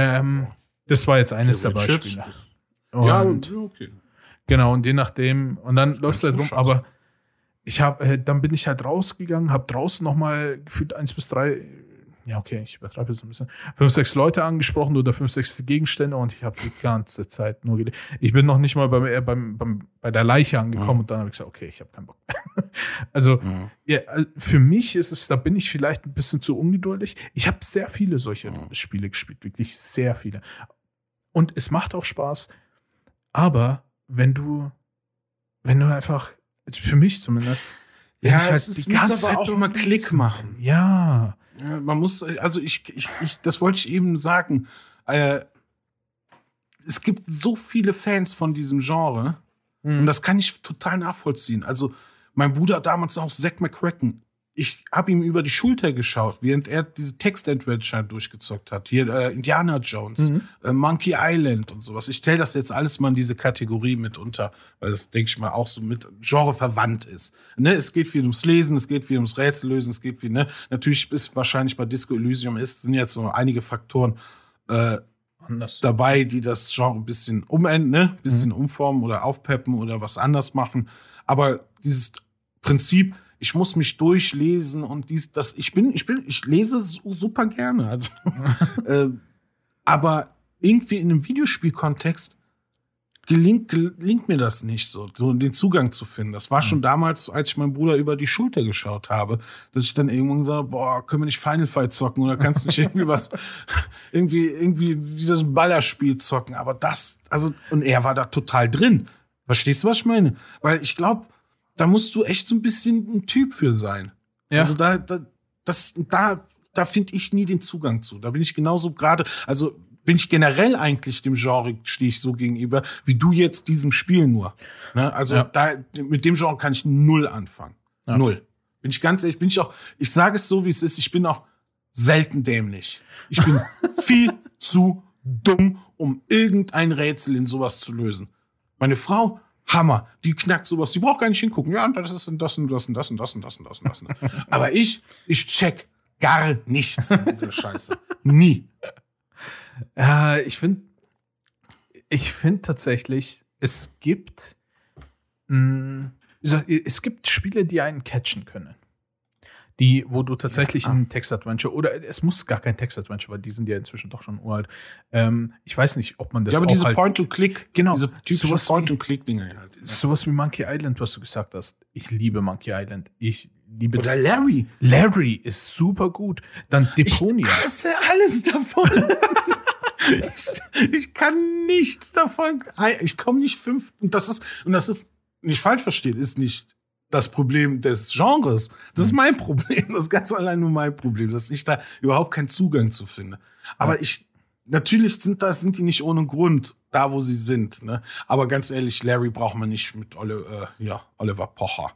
[SPEAKER 1] Das war jetzt eines der Beispiele.
[SPEAKER 2] Ja, okay.
[SPEAKER 1] Genau, und je nachdem, und dann läuft es halt rum, aber dann bin ich halt rausgegangen, habe draußen nochmal gefühlt 1 bis 3, ja, okay, ich übertreibe jetzt ein bisschen, 5, 6 Leute angesprochen oder 5, 6 Gegenstände und ich habe die ganze Zeit nur ich bin noch nicht mal bei der Leiche angekommen und dann habe ich gesagt, okay, ich habe keinen Bock. Also, ja, für mich ist es, da bin ich vielleicht ein bisschen zu ungeduldig. Ich habe sehr viele solche Spiele gespielt, wirklich sehr viele. Und es macht auch Spaß, aber wenn du einfach, für mich zumindest,
[SPEAKER 2] ja,
[SPEAKER 1] halt
[SPEAKER 2] es muss aber auch mal Klick machen.
[SPEAKER 1] Ja.
[SPEAKER 2] Ja, man muss, also das wollte ich eben sagen. Es gibt so viele Fans von diesem Genre und das kann ich total nachvollziehen. Also mein Bruder damals auch Zack McCracken ich habe ihm über die Schulter geschaut, während er diese Text-Adventure durchgezockt hat. Hier Indiana Jones, Monkey Island und sowas. Ich zähle das jetzt alles mal in diese Kategorie mit unter, weil das, denke ich mal, auch so mit Genre verwandt ist. Ne? Es geht viel ums Lesen, es geht viel ums Rätsellösen, es geht viel, ne? Natürlich ist wahrscheinlich bei Disco Elysium sind jetzt so einige Faktoren dabei, die das Genre ein bisschen umändern, ne? Bisschen umformen oder aufpeppen oder was anders machen. Aber dieses Prinzip, ich muss mich durchlesen und ich lese super gerne. Also, aber irgendwie in einem Videospielkontext gelingt mir das nicht so den Zugang zu finden. Das war schon damals, als ich meinem Bruder über die Schulter geschaut habe, dass ich dann irgendwann gesagt habe, können wir nicht Final Fight zocken oder kannst du nicht irgendwie was, irgendwie wie so ein Ballerspiel zocken. Aber und er war da total drin. Verstehst du, was ich meine? Weil ich glaube, da musst du echt so ein bisschen ein Typ für sein. Ja. Also da finde ich nie den Zugang zu. Da bin ich genauso bin ich generell eigentlich dem Genre, stehe ich so gegenüber, wie du jetzt diesem Spiel nur. Ne? Also mit dem Genre kann ich null anfangen. Ja. Null. Bin ich ganz ehrlich, ich sage es so, wie es ist, ich bin auch selten dämlich. Ich bin viel zu dumm, um irgendein Rätsel in sowas zu lösen. Meine Frau, Hammer, die knackt sowas, die braucht gar nicht hingucken. Ja, das ist und das und das und das und das und das und das und das. Aber ich check gar nichts in dieser Scheiße. Nie.
[SPEAKER 1] Ja, ich finde tatsächlich, es gibt Spiele, die einen catchen können. Wo du tatsächlich ein Text-Adventure, oder es muss gar kein Text-Adventure, weil die sind ja inzwischen doch schon uralt. Ich weiß nicht, ob man das auch
[SPEAKER 2] aber diese Point-and-Click,
[SPEAKER 1] genau,
[SPEAKER 2] diese typischen Point-and-Click-Dinge halt.
[SPEAKER 1] Sowas wie Monkey Island, was du gesagt hast. Ich liebe Monkey Island.
[SPEAKER 2] Oder Larry.
[SPEAKER 1] Larry ist super gut. Dann Deponia.
[SPEAKER 2] Ich hasse alles davon. ich kann nichts davon. Ich komme nicht und das ist nicht falsch versteht, ist nicht das Problem des Genres. Das ist mein Problem. Das ist ganz allein nur mein Problem, dass ich da überhaupt keinen Zugang zu finde. Aber natürlich sind die nicht ohne Grund da, wo sie sind. Ne? Aber ganz ehrlich, Larry braucht man nicht mit Oliver Pocher.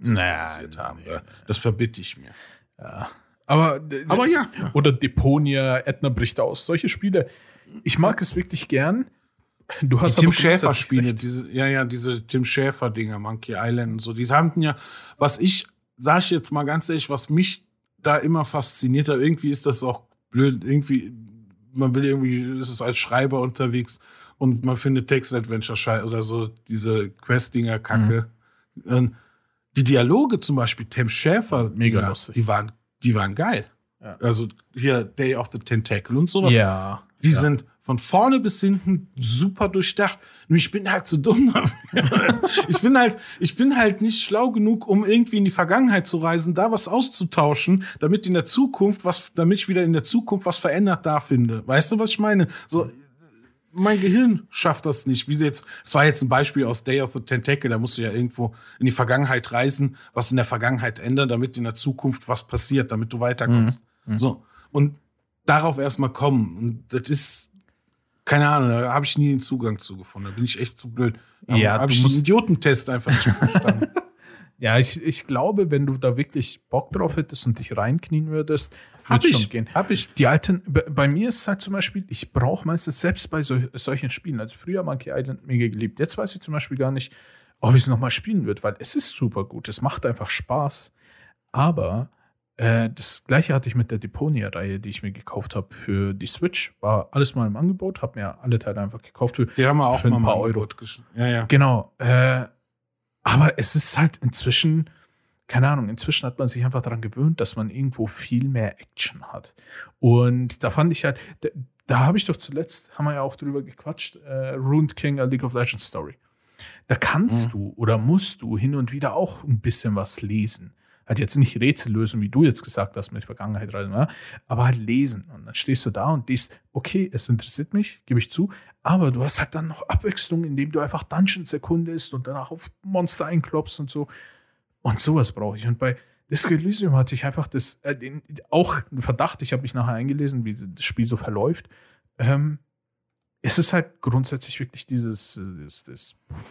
[SPEAKER 2] Das verbitte ich mir.
[SPEAKER 1] Ja. Aber ja. Oder Deponia, Edna bricht aus. Solche Spiele. Ich mag es wirklich gern. Du hast
[SPEAKER 2] die Tim Schäfer-Spiele, diese Tim Schäfer-Dinger, Monkey Island und so, die haben ja, sag ich jetzt mal ganz ehrlich, was mich da immer fasziniert hat, irgendwie ist das auch blöd, ist es als Schreiber unterwegs und man findet Text-Adventure oder so, diese Quest-Dinger Kacke. Die Dialoge zum Beispiel, Tim Schäfer,
[SPEAKER 1] mega lustig.
[SPEAKER 2] Die waren geil. Ja. Also hier Day of the Tentacle und so.
[SPEAKER 1] Ja.
[SPEAKER 2] Die sind von vorne bis hinten super durchdacht. Nur ich bin halt zu dumm dafür. ich bin halt nicht schlau genug, um irgendwie in die Vergangenheit zu reisen, da was auszutauschen, damit ich wieder in der Zukunft was verändert da finde. Weißt du, was ich meine? So, mein Gehirn schafft das nicht. Es war jetzt ein Beispiel aus Day of the Tentacle, da musst du ja irgendwo in die Vergangenheit reisen, was in der Vergangenheit ändern, damit in der Zukunft was passiert, damit du weiterkommst. So. Und darauf erstmal kommen. Und das ist, keine Ahnung, da habe ich nie den Zugang zu gefunden. Da bin ich echt zu blöd. Da habe ich den Idiotentest einfach nicht verstanden.
[SPEAKER 1] Ja, ich glaube, wenn du da wirklich Bock drauf hättest und dich reinknien würdest, würde es schon gehen.
[SPEAKER 2] Hab ich.
[SPEAKER 1] Die alten, bei mir ist es halt zum Beispiel, ich brauche meistens selbst bei solchen Spielen, also früher Monkey Island mega geliebt. Jetzt weiß ich zum Beispiel gar nicht, ob ich es nochmal spielen würde, weil es ist super gut. Es macht einfach Spaß. Aber das Gleiche hatte ich mit der Deponia-Reihe, die ich mir gekauft habe für die Switch. War alles mal im Angebot, habe mir alle Teile einfach gekauft.
[SPEAKER 2] Die haben wir auch
[SPEAKER 1] für
[SPEAKER 2] mal
[SPEAKER 1] ein paar
[SPEAKER 2] Euro. Ja.
[SPEAKER 1] Genau. Aber es ist halt inzwischen, keine Ahnung, inzwischen hat man sich einfach daran gewöhnt, dass man irgendwo viel mehr Action hat. Und da fand ich halt, da habe ich doch zuletzt, haben wir ja auch drüber gequatscht, Ruined King, a League of Legends Story. Da kannst du oder musst du hin und wieder auch ein bisschen was lesen. Halt jetzt nicht Rätsel lösen, wie du jetzt gesagt hast mit Vergangenheit, aber halt lesen. Und dann stehst du da und liest, okay, es interessiert mich, gebe ich zu, aber du hast halt dann noch Abwechslung, indem du einfach Dungeons erkundest und danach auf Monster einklopfst und so. Und sowas brauche ich. Und bei Disco Elysium hatte ich einfach auch einen Verdacht, ich habe mich nachher eingelesen, wie das Spiel so verläuft. Es ist halt grundsätzlich wirklich dieses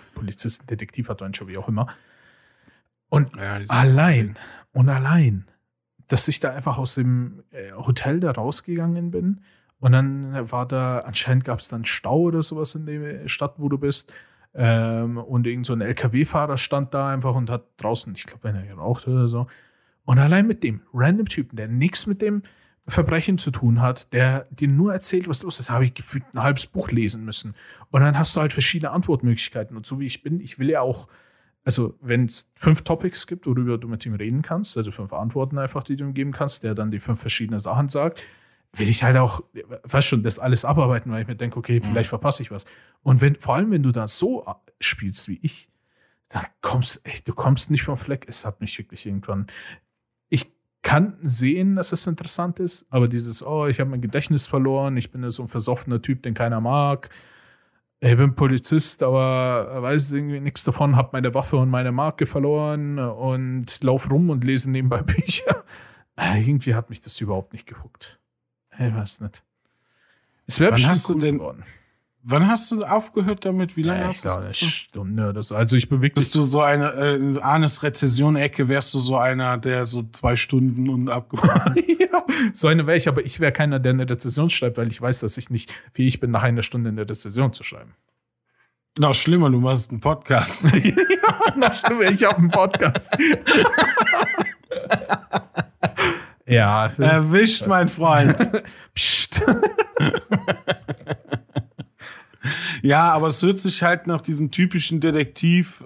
[SPEAKER 1] Polizisten-Detektiv-Adventure, wie auch immer. Und allein dass ich da einfach aus dem Hotel da rausgegangen bin. Und dann war da, anscheinend gab es dann Stau oder sowas in der Stadt, wo du bist. Und irgend so ein LKW-Fahrer stand da einfach und hat draußen, ich glaube, wenn er geraucht oder so. Und allein mit dem random Typen, der nichts mit dem Verbrechen zu tun hat, der dir nur erzählt, was los ist, habe ich gefühlt ein halbes Buch lesen müssen. Und dann hast du halt verschiedene Antwortmöglichkeiten. Und so wie ich bin, ich will ja auch, also wenn es 5 Topics gibt, worüber du mit ihm reden kannst, also 5 Antworten einfach, die du ihm geben kannst, der dann die 5 verschiedene Sachen sagt, will ich halt auch, weißt schon, das alles abarbeiten, weil ich mir denke, okay, vielleicht verpasse ich was. Und vor allem, wenn du da so spielst wie ich, dann du kommst nicht vom Fleck. Es hat mich wirklich irgendwann, ich kann sehen, dass es interessant ist, aber dieses, ich habe mein Gedächtnis verloren, ich bin ja so ein versoffener Typ, den keiner mag, ich bin Polizist, aber weiß irgendwie nichts davon, habe meine Waffe und meine Marke verloren und lauf rum und lese nebenbei Bücher. Irgendwie hat mich das überhaupt nicht gehuckt. Ich weiß nicht. Es wäre bestimmt cool geworden.
[SPEAKER 2] Wann hast du aufgehört damit? Wie lange hast du das?
[SPEAKER 1] Eine Stunde. Also ich bin wirklich.
[SPEAKER 2] Bist du so eine in Arnes Rezession-Ecke, wärst du so einer, der so 2 Stunden und abgebrochen.
[SPEAKER 1] Ja, so eine wäre ich, aber ich wäre keiner, der eine Rezession schreibt, weil ich weiß, dass ich nicht fähig bin, nach einer Stunde eine Rezession zu schreiben.
[SPEAKER 2] Noch schlimmer, du machst einen Podcast.
[SPEAKER 1] Ja, noch schlimmer, ich habe einen Podcast. Ja,
[SPEAKER 2] erwischt, mein Freund.
[SPEAKER 1] Psst.
[SPEAKER 2] Ja, aber es hört sich halt nach diesem typischen Detektiv,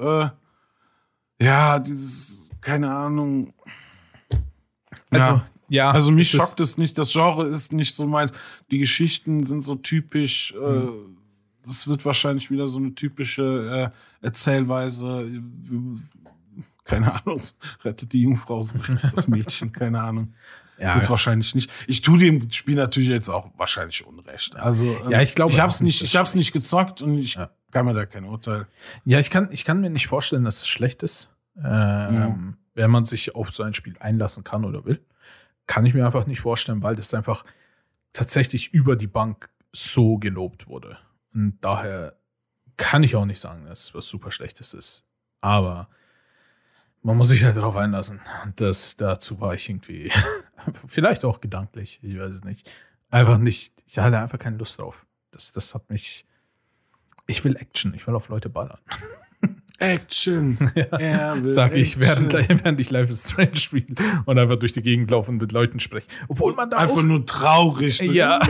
[SPEAKER 2] dieses, keine Ahnung.
[SPEAKER 1] Also, ja.
[SPEAKER 2] Also mich schockt es nicht, das Genre ist nicht so meins. Die Geschichten sind so typisch, das wird wahrscheinlich wieder so eine typische Erzählweise. Keine Ahnung, rettet die Jungfrau, so rettet das Mädchen, keine Ahnung. Ja, wird's wahrscheinlich nicht. Ich tue dem Spiel natürlich jetzt auch wahrscheinlich Unrecht. Also,
[SPEAKER 1] ja, ich glaube,
[SPEAKER 2] ich hab's nicht gezockt und ich kann mir da kein Urteil.
[SPEAKER 1] Ja, ich kann mir nicht vorstellen, dass es schlecht ist. Wenn man sich auf so ein Spiel einlassen kann oder will. Kann ich mir einfach nicht vorstellen, weil das einfach tatsächlich über die Bank so gelobt wurde. Und daher kann ich auch nicht sagen, dass es was super Schlechtes ist. Aber man muss sich halt darauf einlassen. Und dazu war ich irgendwie, vielleicht auch gedanklich, ich weiß es nicht. Einfach nicht, ich hatte einfach keine Lust drauf. Das hat mich, ich will Action, ich will auf Leute ballern.
[SPEAKER 2] Action.
[SPEAKER 1] Ja, sag ich, während ich Life is Strange spiele und einfach durch die Gegend laufen und mit Leuten spreche. Obwohl man da
[SPEAKER 2] einfach nur traurig.
[SPEAKER 1] Ja.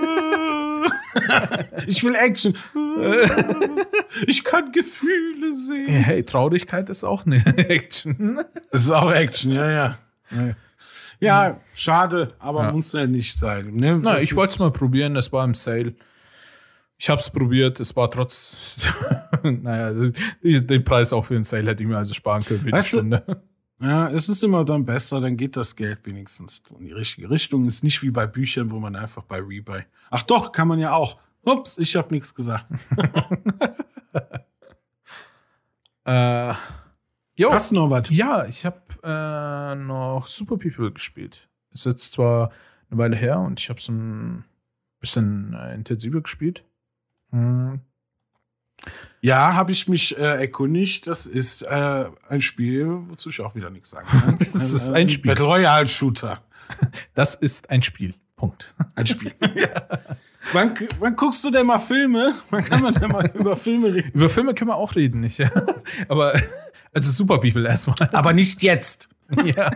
[SPEAKER 2] Ich will Action. Ich kann Gefühle sehen.
[SPEAKER 1] Hey, Traurigkeit ist auch eine Action.
[SPEAKER 2] Das ist auch Action, ja. Ja, schade, aber muss ja nicht sein. Ne?
[SPEAKER 1] Na, ich wollte es mal probieren, es war im Sale. Ich habe es probiert, es war trotz, den Preis auch für den Sale hätte ich mir also sparen können für die Stunde.
[SPEAKER 2] Ja, es ist immer dann besser, dann geht das Geld wenigstens in die richtige Richtung. Ist nicht wie bei Büchern, wo man einfach bei Rebuy. Ach doch, kann man ja auch. Ups, ich habe nichts gesagt. Hast du noch was?
[SPEAKER 1] Ja, ich habe noch Super People gespielt. Ist jetzt zwar eine Weile her und ich habe es ein bisschen intensiver gespielt.
[SPEAKER 2] Ja, habe ich mich erkundigt. Das ist ein Spiel, wozu ich auch wieder nichts sagen kann.
[SPEAKER 1] Das ist ein Spiel.
[SPEAKER 2] Battle Royale Shooter.
[SPEAKER 1] Das ist ein Spiel. Punkt.
[SPEAKER 2] Ein Spiel. Ja. Wann guckst du denn mal Filme? Wann kann man denn mal über Filme reden?
[SPEAKER 1] Über Filme können wir auch reden, nicht? Aber, also Super People erstmal.
[SPEAKER 2] Aber nicht jetzt.
[SPEAKER 1] Ja.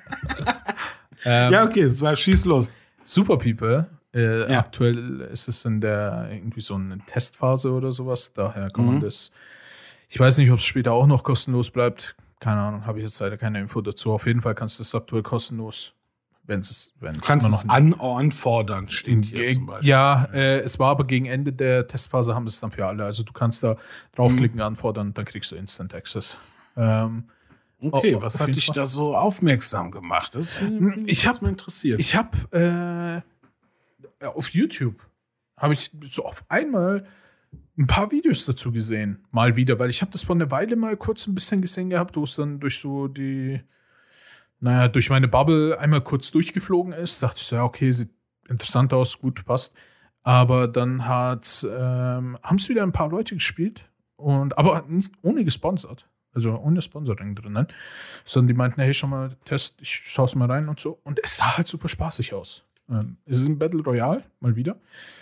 [SPEAKER 2] Ja, okay, schieß los.
[SPEAKER 1] Super People. Aktuell ist es in der irgendwie so eine Testphase oder sowas. Daher kann man das. Ich weiß nicht, ob es später auch noch kostenlos bleibt. Keine Ahnung, habe ich jetzt leider keine Info dazu. Auf jeden Fall kannst du es aktuell kostenlos.
[SPEAKER 2] Kannst es anfordern, steht hier zum Beispiel.
[SPEAKER 1] Ja, es war aber gegen Ende der Testphase haben sie es dann für alle. Also du kannst da draufklicken, anfordern und dann kriegst du Instant Access.
[SPEAKER 2] Okay, was hat dich da so aufmerksam gemacht? Das
[SPEAKER 1] ich habe
[SPEAKER 2] mich interessiert.
[SPEAKER 1] Ich habe auf YouTube habe ich so auf einmal ein paar Videos dazu gesehen, mal wieder, weil ich habe das vor einer Weile mal kurz ein bisschen gesehen gehabt, wo es dann durch so durch meine Bubble einmal kurz durchgeflogen ist. Dachte ich so, ja, okay, sieht interessant aus, gut, passt. Aber dann haben es wieder ein paar Leute gespielt, aber nicht ohne gesponsert. also ohne Sponsoring drinnen, sondern die meinten, hey, schau mal, Test, ich schau's mal rein und so. Und es sah halt super spaßig aus. Es ist ein Battle Royale, mal wieder.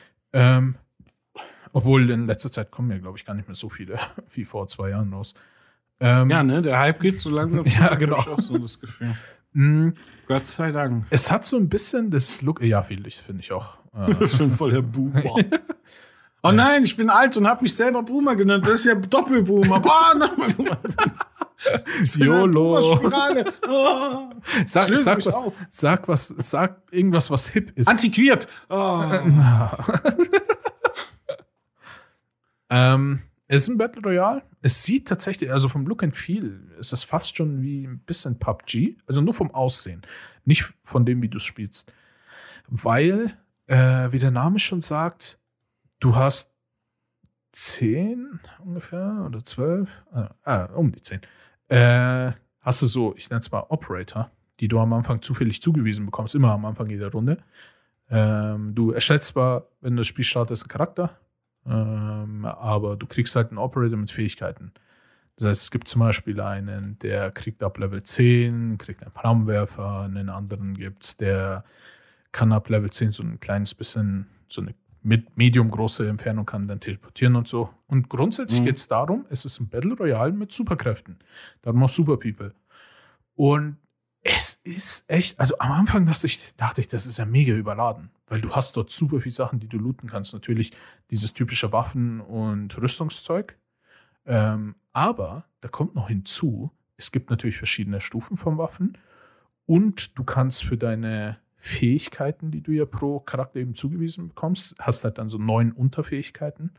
[SPEAKER 1] Obwohl in letzter Zeit kommen ja, glaube ich, gar nicht mehr so viele wie vor 2 Jahren raus.
[SPEAKER 2] Ja, ne, der Hype geht so langsam.
[SPEAKER 1] Ja, genau.
[SPEAKER 2] Hab ich auch so das Gefühl. Gott sei Dank.
[SPEAKER 1] Es hat so ein bisschen das Look, ja, finde ich auch.
[SPEAKER 2] Ich bin voll der Boomer. Oh nein, ich bin alt und habe mich selber Boomer genannt. Das ist ja Doppelboomer. Boah, nochmal Boomer.
[SPEAKER 1] YOLO.
[SPEAKER 2] Spirale. Oh.
[SPEAKER 1] Sag irgendwas, was hip ist.
[SPEAKER 2] Antiquiert. Oh.
[SPEAKER 1] Es ist ein Battle Royale. Es sieht tatsächlich, also vom Look and Feel, ist es fast schon wie ein bisschen PUBG. Also nur vom Aussehen. Nicht von dem, wie du spielst. Weil, wie der Name schon sagt, du hast 10 ungefähr oder 12, um die 10. Hast du so, ich nenne es mal Operator, die du am Anfang zufällig zugewiesen bekommst, immer am Anfang jeder Runde. Du erstellst zwar, wenn du das Spiel startest, einen Charakter, aber du kriegst halt einen Operator mit Fähigkeiten. Das heißt, es gibt zum Beispiel einen, der kriegt ab Level 10, kriegt einen Flammenwerfer, einen anderen gibt's, der kann ab Level 10 so ein kleines bisschen, so eine medium große Entfernung kann dann teleportieren und so. Und grundsätzlich geht es darum, es ist ein Battle Royale mit Superkräften. Darum auch Super People. Und es ist echt, also am Anfang dachte ich, das ist ja mega überladen, weil du hast dort super viele Sachen, die du looten kannst. Natürlich dieses typische Waffen- und Rüstungszeug. Aber da kommt noch hinzu, es gibt natürlich verschiedene Stufen von Waffen und du kannst für deine Fähigkeiten, die du ja pro Charakter eben zugewiesen bekommst, hast halt dann so 9 Unterfähigkeiten.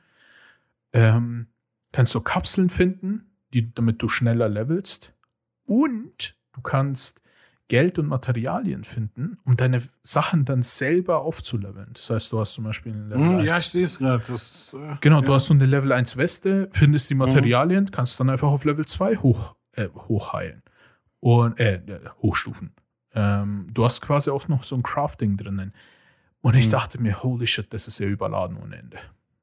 [SPEAKER 1] Kannst du Kapseln finden, damit du schneller levelst. Und du kannst Geld und Materialien finden, um deine Sachen dann selber aufzuleveln. Das heißt, du hast zum Beispiel ein Level 1.
[SPEAKER 2] Ja, ich sehe es gerade.
[SPEAKER 1] Genau, du hast so eine Level 1 Weste, findest die Materialien, kannst dann einfach auf Level 2 hochheilen. Und hochstufen. Du hast quasi auch noch so ein Crafting drinnen. Und ich dachte mir, holy shit, das ist ja überladen ohne Ende.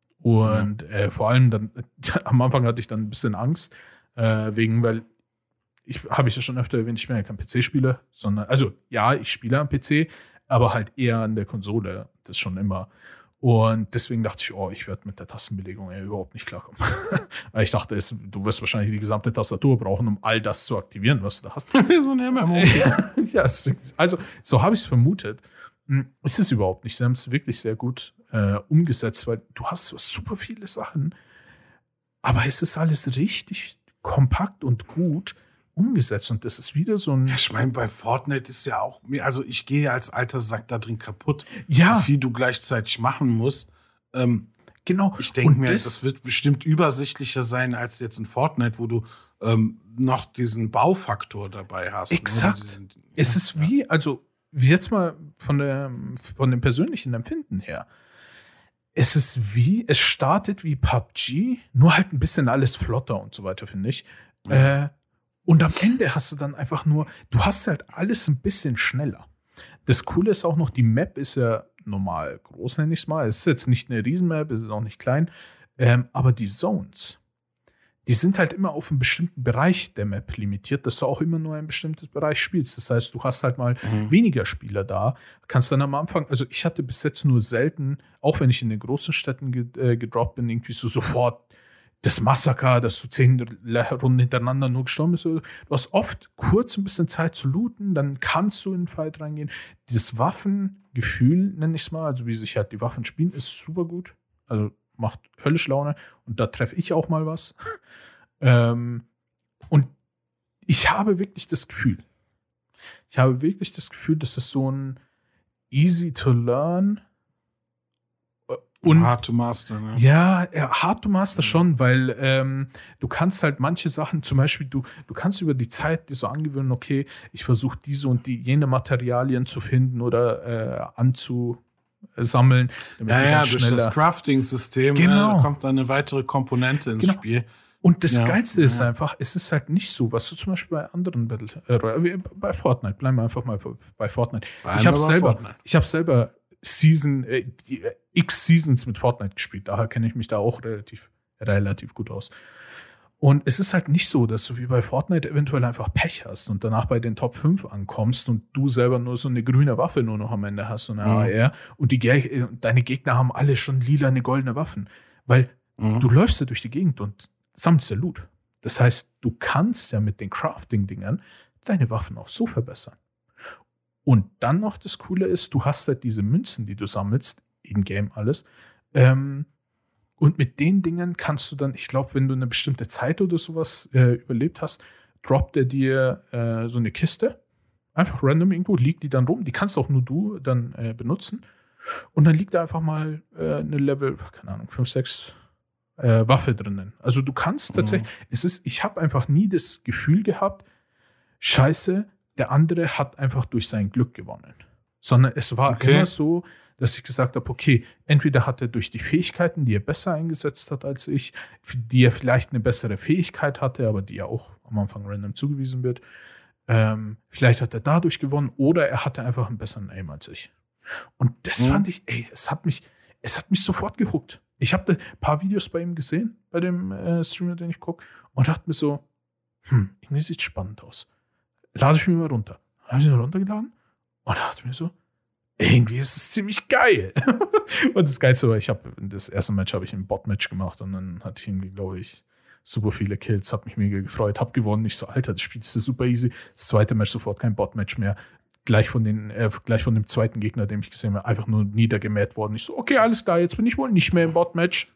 [SPEAKER 1] Und vor allem dann, am Anfang hatte ich dann ein bisschen Angst, weil habe ich ja schon öfter erwähnt, ich bin ja kein PC-Spieler, sondern, also ja, ich spiele am PC, aber halt eher an der Konsole, das schon immer. Und deswegen dachte ich, ich werde mit der Tastenbelegung überhaupt nicht klarkommen. Ich dachte, du wirst wahrscheinlich die gesamte Tastatur brauchen, um all das zu aktivieren, was du da hast.
[SPEAKER 2] So ein MMO.
[SPEAKER 1] Ja, also so habe ich es vermutet. Es ist überhaupt nicht. Sie haben es wirklich sehr gut umgesetzt, weil du hast super viele Sachen, aber es ist alles richtig kompakt und gut umgesetzt und das ist wieder so ein...
[SPEAKER 2] Ja, ich meine, bei Fortnite ist ja auch mehr, also ich gehe ja als alter Sack da drin kaputt,
[SPEAKER 1] ja,
[SPEAKER 2] wie viel du gleichzeitig machen musst.
[SPEAKER 1] Genau.
[SPEAKER 2] Ich denke mir, das wird bestimmt übersichtlicher sein als jetzt in Fortnite, wo du noch diesen Baufaktor dabei hast.
[SPEAKER 1] Exakt.
[SPEAKER 2] Ne?
[SPEAKER 1] Es ist wie, also jetzt mal von dem persönlichen Empfinden her, es startet wie PUBG, nur halt ein bisschen alles flotter und so weiter, finde ich. Und am Ende hast du dann einfach nur, du hast halt alles ein bisschen schneller. Das Coole ist auch noch, die Map ist ja normal groß, nenne ich es mal. Es ist jetzt nicht eine Riesenmap, es ist auch nicht klein. Aber die Zones, die sind halt immer auf einen bestimmten Bereich der Map limitiert, dass du auch immer nur ein bestimmtes Bereich spielst. Das heißt, du hast halt mal weniger Spieler da, kannst dann am Anfang, also ich hatte bis jetzt nur selten, auch wenn ich in den großen Städten gedroppt bin, irgendwie so sofort das Massaker, dass du 10 Runden hintereinander nur gestorben bist. Du hast oft kurz ein bisschen Zeit zu looten, dann kannst du in den Fight reingehen. Das Waffengefühl, nenne ich es mal, also wie sich halt die Waffen spielen, ist super gut. Also macht höllisch Laune und da treffe ich auch mal was. Und ich habe wirklich das Gefühl, dass es so ein easy to learn und
[SPEAKER 2] hard to master, ne?
[SPEAKER 1] Ja, hard to master schon, weil du kannst halt manche Sachen, zum Beispiel, du kannst über die Zeit dir so angewöhnen, okay, ich versuche diese und jene Materialien zu finden oder anzusammeln.
[SPEAKER 2] Damit durch das Crafting-System
[SPEAKER 1] genau.
[SPEAKER 2] Kommt dann eine weitere Komponente ins Spiel.
[SPEAKER 1] Und das Geilste ist einfach, es ist halt nicht so, was du zum Beispiel bei anderen bei Fortnite, bleiben wir einfach mal bei Fortnite. Ich habe selber X Seasons mit Fortnite gespielt, daher kenne ich mich da auch relativ gut aus. Und es ist halt nicht so, dass du wie bei Fortnite eventuell einfach Pech hast und danach bei den Top 5 ankommst und du selber nur so eine grüne Waffe nur noch am Ende hast, so eine AR, und deine Gegner haben alle schon lila eine goldene Waffen. Weil du läufst ja durch die Gegend und sammelst ja Loot. Das heißt, du kannst ja mit den Crafting-Dingern deine Waffen auch so verbessern. Und dann noch das Coole ist, du hast halt diese Münzen, die du sammelst, in-game alles, und mit den Dingen kannst du dann, ich glaube, wenn du eine bestimmte Zeit oder sowas überlebt hast, droppt er dir so eine Kiste. Einfach random irgendwo, liegt die dann rum. Die kannst auch nur du dann benutzen. Und dann liegt da einfach mal eine Level, keine Ahnung, 5, 6 Waffe drinnen. Also du kannst tatsächlich, ich habe einfach nie das Gefühl gehabt, scheiße, der andere hat einfach durch sein Glück gewonnen. Sondern es war immer so, dass ich gesagt habe, okay, entweder hat er durch die Fähigkeiten, die er besser eingesetzt hat als ich, die er vielleicht eine bessere Fähigkeit hatte, aber die ja auch am Anfang random zugewiesen wird, vielleicht hat er dadurch gewonnen oder er hatte einfach einen besseren Aim als ich. Und das fand ich, es hat mich sofort gehuckt. Ich habe ein paar Videos bei ihm gesehen, bei dem Streamer, den ich gucke, und dachte mir so, irgendwie sieht spannend aus. Lade ich mir mal runter. Habe ich ihn runtergeladen und dachte mir so, irgendwie ist es ziemlich geil. Und das Geilste war, das erste Match habe ich ein Bot-Match gemacht und dann hatte ich irgendwie, glaube ich, super viele Kills, habe mich mega gefreut, habe gewonnen. Ich so, Alter, das Spiel ist super easy. Das zweite Match sofort kein Bot-Match mehr. Gleich von dem zweiten Gegner, den ich gesehen habe, einfach nur niedergemäht worden. Ich so, okay, alles klar, jetzt bin ich wohl nicht mehr im Bot-Match.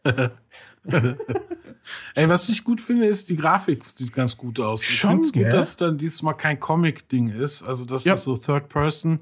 [SPEAKER 2] Ey, was ich gut finde, ist, die Grafik sieht ganz gut aus. Ich finde es gut, dass es dann diesmal kein Comic-Ding ist. Also, dass es so Third-Person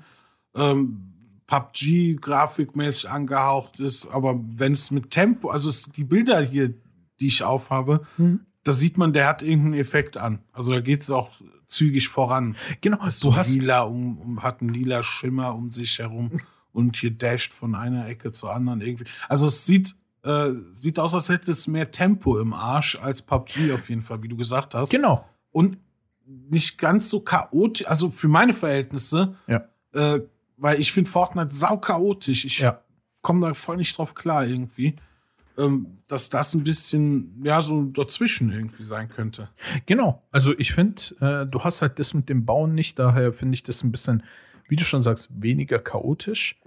[SPEAKER 2] PUBG-grafikmäßig angehaucht ist. Aber wenn es mit Tempo, also die Bilder hier, die ich aufhabe, da sieht man, der hat irgendeinen Effekt an. Also da geht es auch zügig voran. Genau, du hast lila hat einen lila Schimmer um sich herum und hier dasht von einer Ecke zur anderen irgendwie. Also es sieht aus, als hätte es mehr Tempo im Arsch als PUBG auf jeden Fall, wie du gesagt hast.
[SPEAKER 1] Genau.
[SPEAKER 2] Und nicht ganz so chaotisch, also für meine Verhältnisse, weil ich finde Fortnite sau chaotisch. Ich komme da voll nicht drauf klar irgendwie. Dass das ein bisschen, so dazwischen irgendwie sein könnte.
[SPEAKER 1] Genau. Also ich finde, du hast halt das mit dem Bauen nicht, daher finde ich das ein bisschen, wie du schon sagst, weniger chaotisch.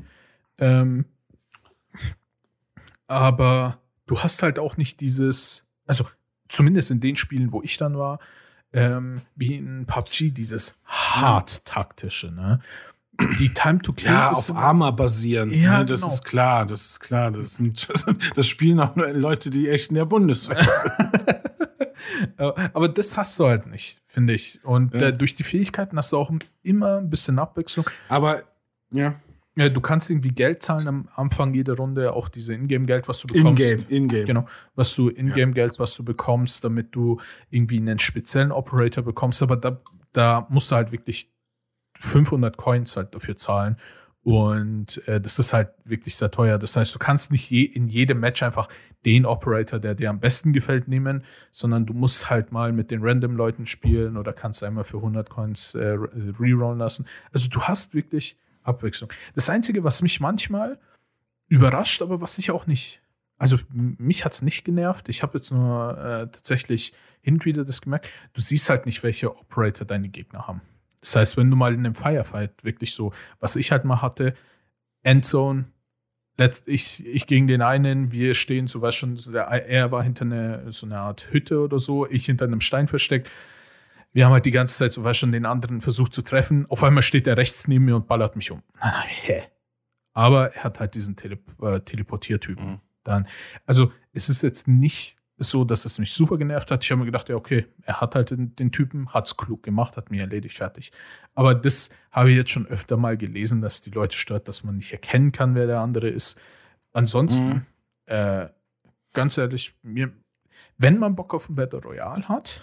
[SPEAKER 1] Aber du hast halt auch nicht dieses, also zumindest in den Spielen, wo ich dann war, wie in PUBG, dieses hart-taktische, ne? Die Time to Kill
[SPEAKER 2] ist auf Armor basieren.
[SPEAKER 1] Ja,
[SPEAKER 2] ne? Das ist klar. Das spielen auch nur Leute, die echt in der Bundeswehr sind.
[SPEAKER 1] Aber das hast du halt nicht, finde ich. Und durch die Fähigkeiten hast du auch immer ein bisschen Abwechslung.
[SPEAKER 2] Aber,
[SPEAKER 1] du kannst irgendwie Geld zahlen am Anfang jeder Runde, auch diese Ingame-Geld, was du bekommst.
[SPEAKER 2] Ingame.
[SPEAKER 1] Genau, was du Ingame-Geld, was du bekommst, damit du irgendwie einen speziellen Operator bekommst. Aber da musst du halt wirklich 500 Coins halt dafür zahlen und das ist halt wirklich sehr teuer. Das heißt, du kannst nicht in jedem Match einfach den Operator, der dir am besten gefällt, nehmen, sondern du musst halt mal mit den Random-Leuten spielen oder kannst einmal für 100 Coins rerollen lassen. Also du hast wirklich Abwechslung. Das Einzige, was mich manchmal überrascht, aber was ich auch nicht, also mich hat's nicht genervt. Ich habe jetzt nur tatsächlich hin und wieder das gemerkt, du siehst halt nicht, welche Operator deine Gegner haben. Das heißt, wenn du mal in einem Firefight wirklich so, was ich halt mal hatte, Endzone, ich gegen den einen, wir stehen, so was schon, er war hinter so einer Art Hütte oder so, ich hinter einem Stein versteckt. Wir haben halt die ganze Zeit, so was schon, den anderen versucht zu treffen. Auf einmal steht er rechts neben mir und ballert mich um. Aber er hat halt diesen Teleportiertypen. Dann, also es ist jetzt nicht so, dass es mich super genervt hat. Ich habe mir gedacht, ja, okay, er hat halt den Typen, hat's klug gemacht, hat mir erledigt, fertig. Aber das habe ich jetzt schon öfter mal gelesen, dass die Leute stört, dass man nicht erkennen kann, wer der andere ist. Ansonsten, ganz ehrlich, wenn man Bock auf ein Battle Royale hat,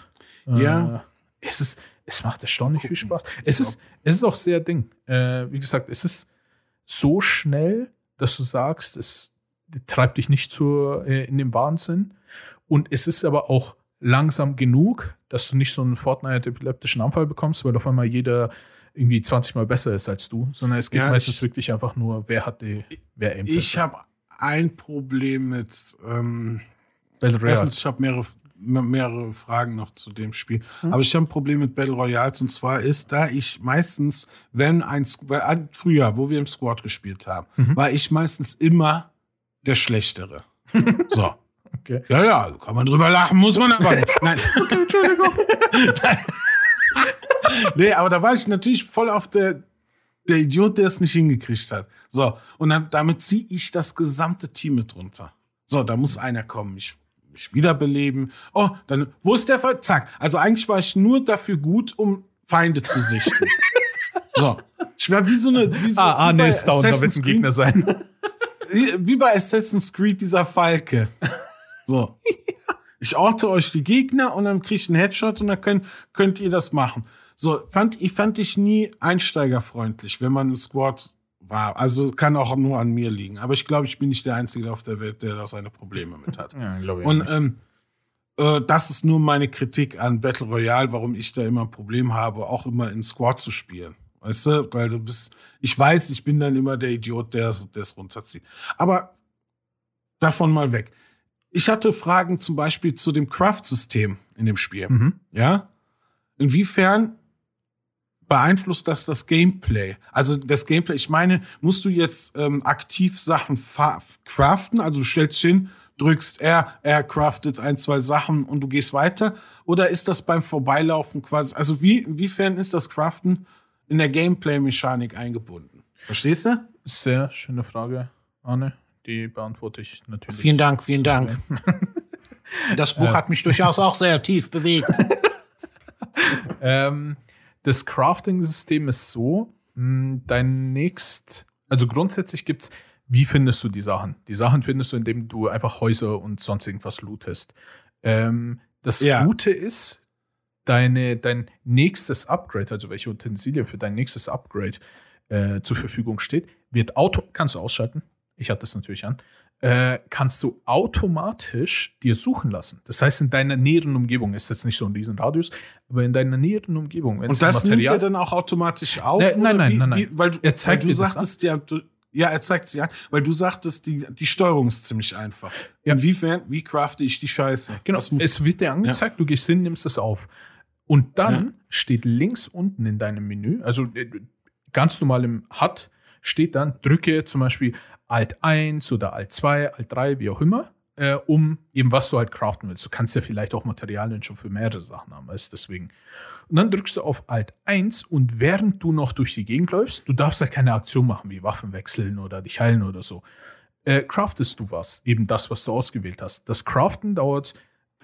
[SPEAKER 1] es macht erstaunlich viel Spaß. Es ist auch sehr wie gesagt, es ist so schnell, dass du sagst, es treibt dich nicht in den Wahnsinn. Und es ist aber auch langsam genug, dass du nicht so einen Fortnite-epileptischen Anfall bekommst, weil auf einmal jeder irgendwie 20 Mal besser ist als du, sondern es geht meistens wirklich einfach nur, wer
[SPEAKER 2] aimt. Ich habe ein Problem mit
[SPEAKER 1] Battle Royale.
[SPEAKER 2] Erstens, ich habe mehrere mehrere Fragen noch zu dem Spiel. Aber ich habe ein Problem mit Battle Royals, und zwar ist, da ich meistens, früher, wo wir im Squad gespielt haben, war ich meistens immer der Schlechtere. So.
[SPEAKER 1] Okay.
[SPEAKER 2] Ja, kann man drüber lachen, muss man aber nicht. Nein.
[SPEAKER 1] Okay, Entschuldigung.
[SPEAKER 2] Nee, aber da war ich natürlich voll auf der Idiot, der es nicht hingekriegt hat. So, und damit ziehe ich das gesamte Team mit runter. So, da muss einer kommen, mich wiederbeleben. Oh, dann, wo ist der Fall? Zack. Also eigentlich war ich nur dafür gut, um Feinde zu sichten. So. Ich war wie so eine... nee,
[SPEAKER 1] ist down, da wird ein Gegner sein.
[SPEAKER 2] Wie bei Assassin's Creed, dieser Falke. So. Ich orte euch die Gegner und dann krieg ich einen Headshot und dann könnt ihr das machen. So, fand ich nie einsteigerfreundlich, wenn man im Squad war. Also kann auch nur an mir liegen. Aber ich glaube, ich bin nicht der Einzige auf der Welt, der da seine Probleme mit hat.
[SPEAKER 1] Ja, glaube ich.
[SPEAKER 2] Und das ist nur meine Kritik an Battle Royale, warum ich da immer ein Problem habe, auch immer in Squad zu spielen. Weißt du? Weil ich weiß, ich bin dann immer der Idiot, der es runterzieht. Aber davon mal weg. Ich hatte Fragen zum Beispiel zu dem Craft-System in dem Spiel. Ja? Inwiefern beeinflusst das Gameplay? Also das Gameplay, ich meine, musst du jetzt aktiv Sachen craften? Also du stellst dich hin, drückst R, er craftet 1, 2 Sachen und du gehst weiter? Oder ist das beim Vorbeilaufen quasi, also inwiefern ist das Craften in der Gameplay-Mechanik eingebunden? Verstehst du?
[SPEAKER 1] Sehr schöne Frage, Arne. Die beantworte ich natürlich.
[SPEAKER 3] Vielen Dank. Das Buch hat mich durchaus auch sehr tief bewegt.
[SPEAKER 1] Das Crafting-System ist so, also grundsätzlich gibt's, wie findest du die Sachen? Die Sachen findest du, indem du einfach Häuser und sonst irgendwas lootest. Das Gute ist, dein nächstes Upgrade, also welche Utensilien für dein nächstes Upgrade zur Verfügung steht, kannst du ausschalten. Ich hatte das natürlich an, kannst du automatisch dir suchen lassen. Das heißt, in deiner näheren Umgebung, ist jetzt nicht so ein riesen Radius, aber in deiner näheren Umgebung.
[SPEAKER 2] Und das nimmt er dann auch automatisch auf?
[SPEAKER 1] Nein.
[SPEAKER 2] Weil
[SPEAKER 1] er zeigt
[SPEAKER 2] du sagtest ja, er zeigt es ja, weil du sagtest, die Steuerung ist ziemlich einfach.
[SPEAKER 1] Ja.
[SPEAKER 2] Inwiefern, wie crafte ich die Scheiße?
[SPEAKER 1] Genau, es wird dir angezeigt, du gehst hin, nimmst es auf. Und dann steht links unten in deinem Menü, also ganz normal im HUD, steht dann, drücke zum Beispiel Alt 1 oder Alt 2, Alt 3, wie auch immer, um eben was du halt craften willst. Du kannst ja vielleicht auch Materialien schon für mehrere Sachen haben, weißt deswegen. Und dann drückst du auf Alt 1 und während du noch durch die Gegend läufst, du darfst halt keine Aktion machen, wie Waffen wechseln oder dich heilen oder so, craftest du was, eben das, was du ausgewählt hast. Das Craften dauert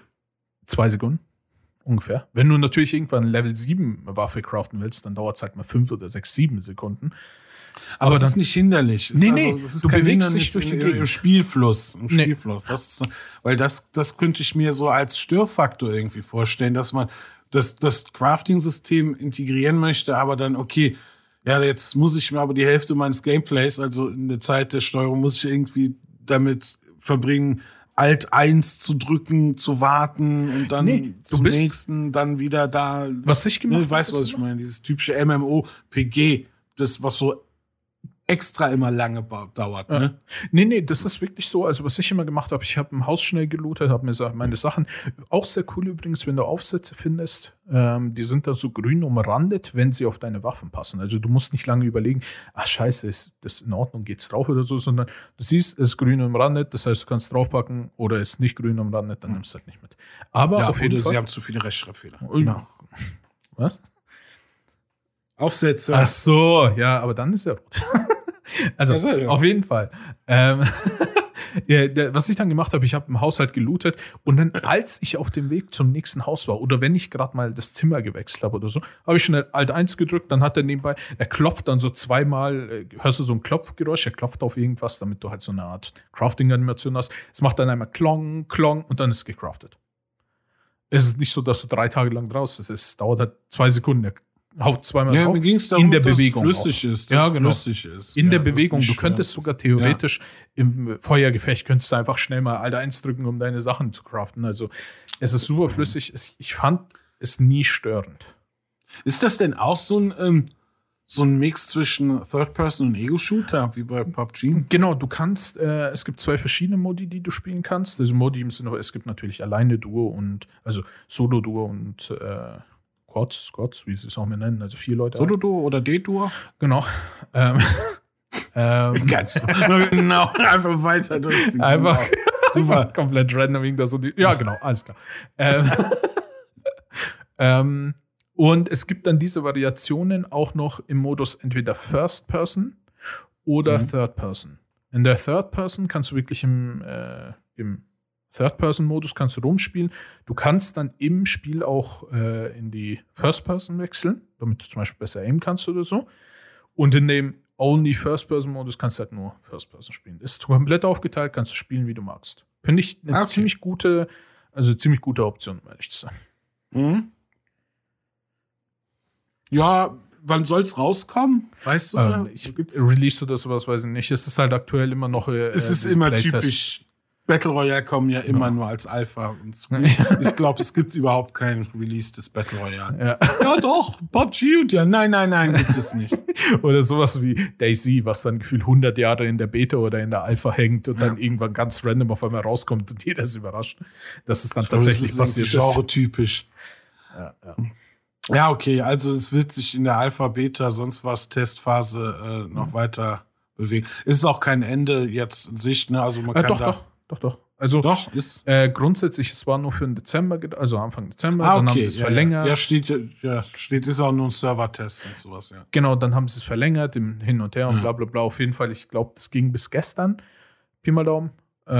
[SPEAKER 1] 2 Sekunden ungefähr. Wenn du natürlich irgendwann Level 7 Waffe craften willst, dann dauert es halt mal 5 oder 6, 7 Sekunden.
[SPEAKER 2] Aber das ist nicht hinderlich.
[SPEAKER 1] Das ist
[SPEAKER 2] du
[SPEAKER 1] kein
[SPEAKER 2] bewegst dich durch die Gegend. Im Spielfluss. Weil das könnte ich mir so als Störfaktor irgendwie vorstellen, dass man das Crafting-System integrieren möchte, aber dann, okay, ja, jetzt muss ich mir aber die Hälfte meines Gameplays, also in der Zeit der Steuerung, muss ich irgendwie damit verbringen, Alt 1 zu drücken, zu warten und dann zum nächsten, dann wieder da.
[SPEAKER 1] Was ich gemacht habe.
[SPEAKER 2] Weißt du, was ich meine? Dieses typische MMOPG, das, was so extra immer lange dauert, ne?
[SPEAKER 1] Nee, das ist wirklich so. Also, was ich immer gemacht habe, ich habe ein Haus schnell gelootet, habe mir meine Sachen, auch sehr cool übrigens, wenn du Aufsätze findest, die sind da so grün umrandet, wenn sie auf deine Waffen passen. Also, du musst nicht lange überlegen, ach scheiße, ist das in Ordnung, geht's drauf oder so, sondern du siehst, es ist grün umrandet, das heißt, du kannst draufpacken, oder es ist nicht grün umrandet, dann nimmst du halt nicht mit. Aber auf jeden Fall.
[SPEAKER 2] Sie haben zu viele Rechtschreibfehler.
[SPEAKER 1] Genau. Was?
[SPEAKER 2] Aufsätze.
[SPEAKER 1] Ach so, ja, aber dann ist er rot. Also, auf jeden Fall. Was ich dann gemacht habe, ich habe im Haushalt gelootet und dann, als ich auf dem Weg zum nächsten Haus war oder wenn ich gerade mal das Zimmer gewechselt habe oder so, habe ich schnell Alt 1 gedrückt, dann hat er nebenbei, er klopft dann so zweimal, hörst du so ein Klopfgeräusch, er klopft auf irgendwas, damit du halt so eine Art Crafting-Animation hast. Es macht dann einmal Klong, Klong und dann ist es gecraftet. Es ist nicht so, dass du 3 Tage lang draußen bist, es dauert halt 2 Sekunden, er haut zweimal
[SPEAKER 2] drauf.
[SPEAKER 1] Mir
[SPEAKER 2] ging's darum,
[SPEAKER 1] in der Bewegung
[SPEAKER 2] flüssig ist.
[SPEAKER 1] Ja, genau.
[SPEAKER 2] Flüssig ist.
[SPEAKER 1] In der Bewegung. Du könntest sogar theoretisch im Feuergefecht könntest du einfach schnell mal Alt 1 drücken, um deine Sachen zu craften. Also es ist super flüssig. Ich fand es nie störend.
[SPEAKER 2] Ist das denn auch so so ein Mix zwischen Third-Person und Ego-Shooter, wie bei PUBG.
[SPEAKER 1] Genau, du kannst, es gibt 2 verschiedene Modi, die du spielen kannst. Also Modi im Sinne, es gibt natürlich alleine Duo also Solo-Duo und Squads, wie sie es auch mehr nennen, also 4 Leute.
[SPEAKER 2] Solo-Duo oder D-Duo?
[SPEAKER 1] Genau.
[SPEAKER 2] Genau, einfach weiter durchziehen.
[SPEAKER 1] Einfach
[SPEAKER 2] Super.
[SPEAKER 1] komplett random. Ja, genau, alles klar. Und es gibt dann diese Variationen auch noch im Modus entweder First Person oder Third Person. In der Third Person kannst du wirklich im Third Person Modus kannst du rumspielen. Du kannst dann im Spiel auch in die First Person wechseln, damit du zum Beispiel besser aimen kannst oder so. Und in dem Only First Person Modus kannst du halt nur First Person spielen. Ist komplett aufgeteilt, kannst du spielen, wie du magst. Finde ich eine ziemlich gute Option, um ehrlich zu sein.
[SPEAKER 2] Mhm. Ja, wann soll's rauskommen? Weißt du?
[SPEAKER 1] Release oder sowas, weiß ich nicht. Es ist halt aktuell immer noch.
[SPEAKER 2] Es ist immer typisch. Battle Royale kommen ja immer nur als Alpha. Und ich glaube, es gibt überhaupt kein Release des Battle Royale. Ja doch, PUBG und ja. Nein, gibt es nicht.
[SPEAKER 1] Oder sowas wie DayZ, was dann gefühlt 100 Jahre in der Beta oder in der Alpha hängt und dann irgendwann ganz random auf einmal rauskommt und jeder ist überrascht, dass es dann tatsächlich passiert ist.
[SPEAKER 2] Genre-typisch. Ja, okay, also es wird sich in der Alpha, Beta, sonst was, Testphase noch weiter bewegen. Ist auch kein Ende jetzt in Sicht, ne? Also man kann
[SPEAKER 1] Doch. Also
[SPEAKER 2] doch, ist
[SPEAKER 1] grundsätzlich, es war nur für den Dezember, also Anfang Dezember, dann haben sie es verlängert.
[SPEAKER 2] Ja, steht, ist auch nur ein Server-Test und sowas, ja.
[SPEAKER 1] Genau, dann haben sie es verlängert, im Hin und Her und bla bla bla. Auf jeden Fall, ich glaube, das ging bis gestern, Pi mal Daumen.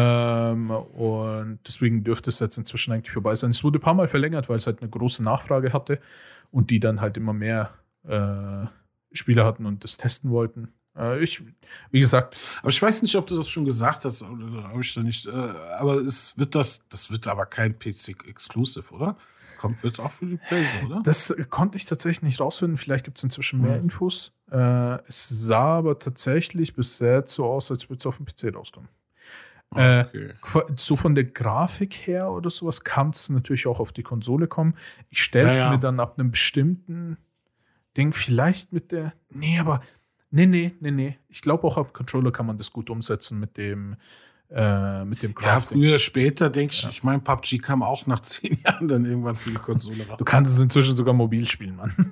[SPEAKER 1] Und deswegen dürfte es jetzt inzwischen eigentlich vorbei sein. Es wurde ein paar Mal verlängert, weil es halt eine große Nachfrage hatte und die dann halt immer mehr Spieler hatten und das testen wollten. Wie gesagt.
[SPEAKER 2] Aber ich weiß nicht, ob du das schon gesagt hast, oder habe ich da nicht. Aber das wird aber kein PC-Exclusive, oder? Wird auch für die PlayStation, oder?
[SPEAKER 1] Das konnte ich tatsächlich nicht rausfinden. Vielleicht gibt es inzwischen mehr Infos. Es sah aber tatsächlich bisher so aus, als würde es auf dem PC rauskommen. Okay. So von der Grafik her oder sowas kann es natürlich auch auf die Konsole kommen. Ich stelle es mir dann ab einem bestimmten Ding vielleicht mit der. Nee. Ich glaube auch auf Controller kann man das gut umsetzen mit dem Crafting.
[SPEAKER 2] Ja, früher oder später, denke ich. Ja. Ich meine, PUBG kam auch nach 10 Jahren dann irgendwann für die Konsole raus.
[SPEAKER 1] Du kannst es inzwischen sogar mobil spielen, Mann.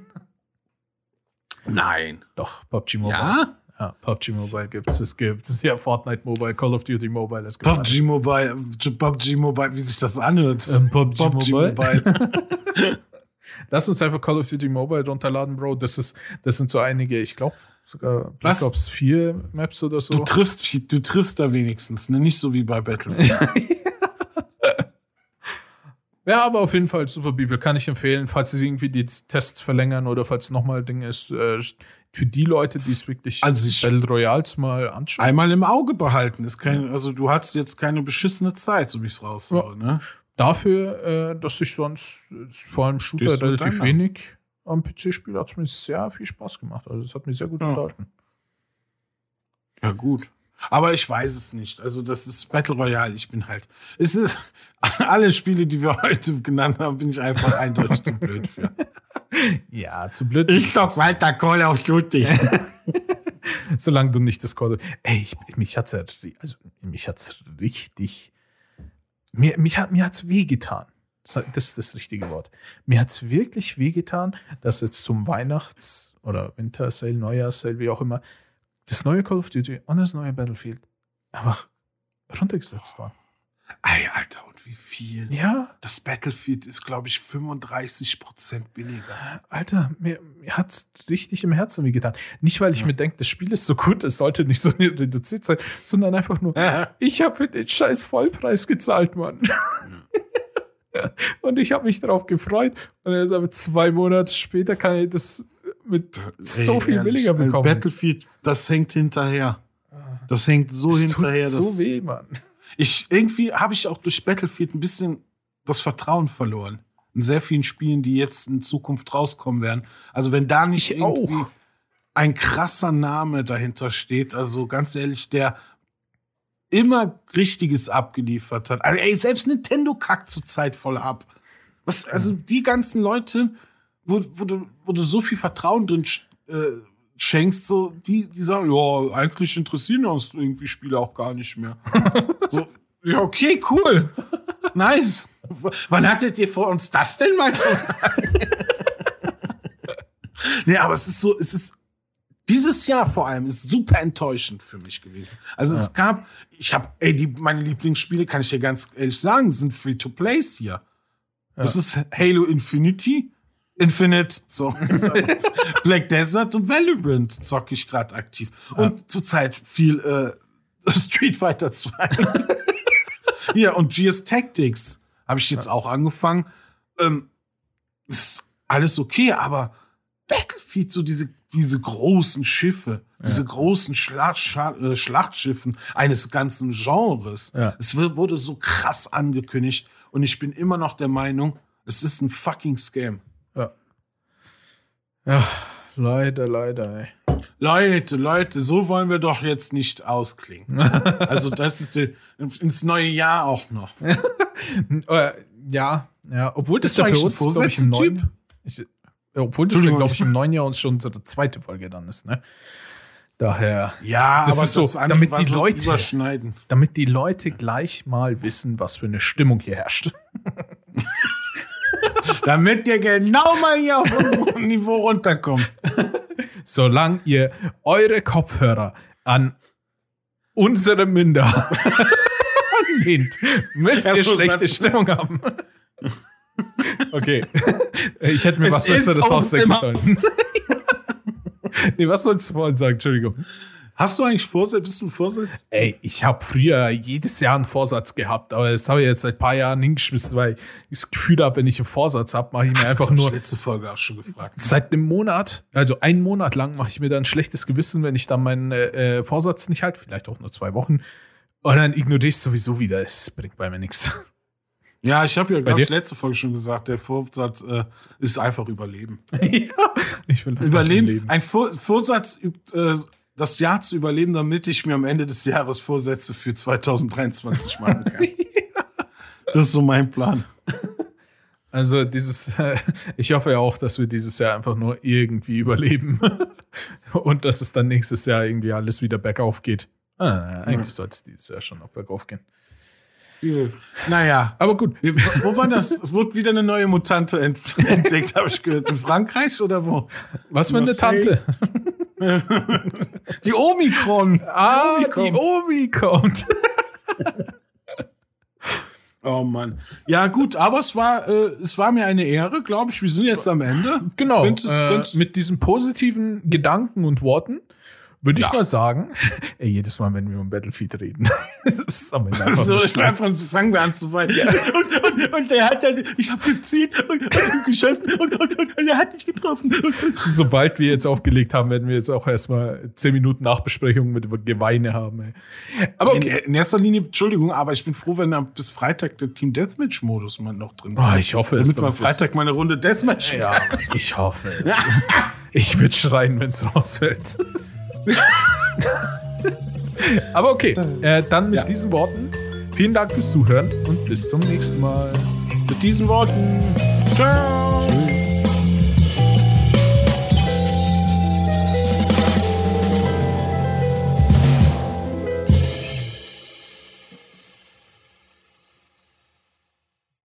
[SPEAKER 2] Nein.
[SPEAKER 1] Doch, PUBG Mobile.
[SPEAKER 2] Ja?
[SPEAKER 1] Ja, PUBG Mobile gibt's. Es gibt ja Fortnite Mobile, Call of Duty Mobile. Es gibt
[SPEAKER 2] PUBG Mobile, wie sich das anhört.
[SPEAKER 1] PUBG Mobile. Lass uns einfach Call of Duty Mobile runterladen, Bro. Das sind so einige, ich glaube sogar Black Ops 4 Maps oder so.
[SPEAKER 2] Du triffst da wenigstens, ne? Nicht so wie bei Battlefield.
[SPEAKER 1] Ja, aber auf jeden Fall Super Bibel kann ich empfehlen, falls sie irgendwie die Tests verlängern oder falls nochmal Ding ist, für die Leute, die es wirklich Battle Royals mal anschauen.
[SPEAKER 2] Einmal im Auge behalten. Also du hattest jetzt keine beschissene Zeit, so wie ich es raushöre, ne?
[SPEAKER 1] Dafür, dass ich sonst vor allem Shooter relativ wenig am PC spiele, hat es mir sehr viel Spaß gemacht. Also es hat mich sehr gut unterhalten.
[SPEAKER 2] Ja, gut. Aber ich weiß es nicht. Also das ist Battle Royale. Es ist alle Spiele, die wir heute genannt haben, bin ich einfach eindeutig zu blöd für.
[SPEAKER 1] Ja, zu blöd.
[SPEAKER 2] Ich doch weiter Call of Duty.
[SPEAKER 1] Solange du nicht das Call of Duty. Ey, mich hat's richtig. Mir hat's wehgetan. Das ist das richtige Wort. Mir hat's wirklich wehgetan, dass jetzt zum Weihnachts- oder Winter-Sale, Neujahrs-Sale, wie auch immer, das neue Call of Duty und das neue Battlefield einfach runtergesetzt waren.
[SPEAKER 2] Ey, Alter, und wie viel?
[SPEAKER 1] Ja.
[SPEAKER 2] Das Battlefield ist, glaube ich, 35% billiger.
[SPEAKER 1] Alter, mir hat's richtig im Herzen wehgetan. Nicht, weil ich mir denke, das Spiel ist so gut, es sollte nicht so reduziert sein, sondern einfach nur, ich habe für den scheiß Vollpreis gezahlt, Mann. Und ich habe mich darauf gefreut. Und jetzt aber 2 Monate später kann ich das mit so viel billiger bekommen.
[SPEAKER 2] Battlefield, das hängt hinterher. Das hängt so hinterher.
[SPEAKER 1] Tut so weh, Mann.
[SPEAKER 2] Irgendwie habe ich auch durch Battlefield ein bisschen das Vertrauen verloren. In sehr vielen Spielen, die jetzt in Zukunft rauskommen werden. Also wenn da nicht irgendwie ein krasser Name dahinter steht, also ganz ehrlich, der immer Richtiges abgeliefert hat. Also, ey, selbst Nintendo kackt zurzeit voll ab. Also die ganzen Leute, wo du so viel Vertrauen drin schenkst so, die sagen, ja, eigentlich interessieren uns irgendwie Spiele auch gar nicht mehr. So, ja, okay, cool. Nice. Wann hattet ihr vor, uns das denn mal zu sagen? Nee, aber es ist dieses Jahr vor allem ist super enttäuschend für mich gewesen. Also meine Lieblingsspiele, kann ich dir ganz ehrlich sagen, sind Free-to-Plays hier. Das ist Halo Infinite, so. Black Desert und Valorant zocke ich gerade aktiv. Und zurzeit viel Street Fighter 2. Ja, und Gears Tactics habe ich jetzt auch angefangen. Ist alles okay, aber Battlefield, so diese großen Schiffe, diese großen Schlachtschiffen eines ganzen Genres. Ja. Es wurde so krass angekündigt und ich bin immer noch der Meinung, es ist ein fucking Scam.
[SPEAKER 1] Ja, leider, ey.
[SPEAKER 2] Leute, so wollen wir doch jetzt nicht ausklingen. Also das ist ins neue Jahr auch noch.
[SPEAKER 1] Ja, obwohl das ja für uns, glaube ich, im neuen... Obwohl das, glaube ich, im neuen Jahr uns schon unsere zweite Folge dann ist, ne? Daher.
[SPEAKER 2] Ja,
[SPEAKER 1] das
[SPEAKER 2] aber
[SPEAKER 1] ist so,
[SPEAKER 2] das
[SPEAKER 1] damit die
[SPEAKER 2] so
[SPEAKER 1] Leute
[SPEAKER 2] überschneiden.
[SPEAKER 1] Damit die Leute gleich mal wissen, was für eine Stimmung hier herrscht.
[SPEAKER 2] Damit ihr genau mal hier auf unserem Niveau runterkommt.
[SPEAKER 1] Solange ihr eure Kopfhörer an unsere Münder anlehnt, müsst ihr schlechte Stimmung haben. Okay. Ich hätte mir was Besseres ausdenken sollen. Nee, was sollst du vorhin sagen? Entschuldigung.
[SPEAKER 2] Hast du eigentlich Vorsatz? Bist du ein Vorsatz?
[SPEAKER 1] Ey, ich habe früher jedes Jahr einen Vorsatz gehabt, aber das habe ich jetzt seit ein paar Jahren hingeschmissen, weil ich das Gefühl habe, wenn ich einen Vorsatz habe, mache ich mir einfach nur.
[SPEAKER 2] Letzte Folge auch schon gefragt.
[SPEAKER 1] Seit einem Monat, also einen Monat lang, mache ich mir dann ein schlechtes Gewissen, wenn ich dann meinen Vorsatz nicht halte, vielleicht auch nur 2 Wochen. Und dann ignoriere ich es sowieso wieder. Es bringt bei mir nichts.
[SPEAKER 2] Ja, ich habe ja, glaube ich, letzte Folge schon gesagt, der Vorsatz ist einfach Überleben.
[SPEAKER 1] Ja, ich will
[SPEAKER 2] Überleben. Ein Vorsatz übt, das Jahr zu überleben, damit ich mir am Ende des Jahres Vorsätze für 2023 machen kann. Das ist so mein Plan.
[SPEAKER 1] Also ich hoffe ja auch, dass wir dieses Jahr einfach nur irgendwie überleben und dass es dann nächstes Jahr irgendwie alles wieder bergauf geht. Eigentlich sollte es dieses Jahr schon noch bergauf gehen.
[SPEAKER 2] Naja.
[SPEAKER 1] Aber gut.
[SPEAKER 2] Wo war das? Es wurde wieder eine neue Mutante entdeckt, habe ich gehört. In Frankreich oder wo?
[SPEAKER 1] Was für eine Tante?
[SPEAKER 2] Die Omikron.
[SPEAKER 1] Die Omi kommt.
[SPEAKER 2] Oh Mann. Ja gut, aber es war mir eine Ehre, glaube ich. Wir sind jetzt am Ende.
[SPEAKER 1] Genau. Mit diesen positiven Gedanken und Worten würde ich mal sagen, jedes Mal, wenn wir um Battlefield reden, ist am Ende einfach
[SPEAKER 2] so, fangen wir an zu weinen. Ja. Und der hat dann, ich habe gezielt und geschossen und er hat nicht getroffen.
[SPEAKER 1] Sobald wir jetzt aufgelegt haben, werden wir jetzt auch erstmal 10 Minuten Nachbesprechung mit Geweine haben. Ey. Aber okay.
[SPEAKER 2] In erster Linie, Entschuldigung, aber ich bin froh, wenn dann bis Freitag der Team Deathmatch-Modus mal noch drin ist.
[SPEAKER 1] Ich hoffe es.
[SPEAKER 2] Damit wir Freitag mal eine Runde Deathmatch
[SPEAKER 1] Ja, ich hoffe es. Ich würde schreien, wenn es rausfällt. Aber okay, dann mit diesen Worten, vielen Dank fürs Zuhören und bis zum nächsten Mal.
[SPEAKER 2] Mit diesen Worten, ciao!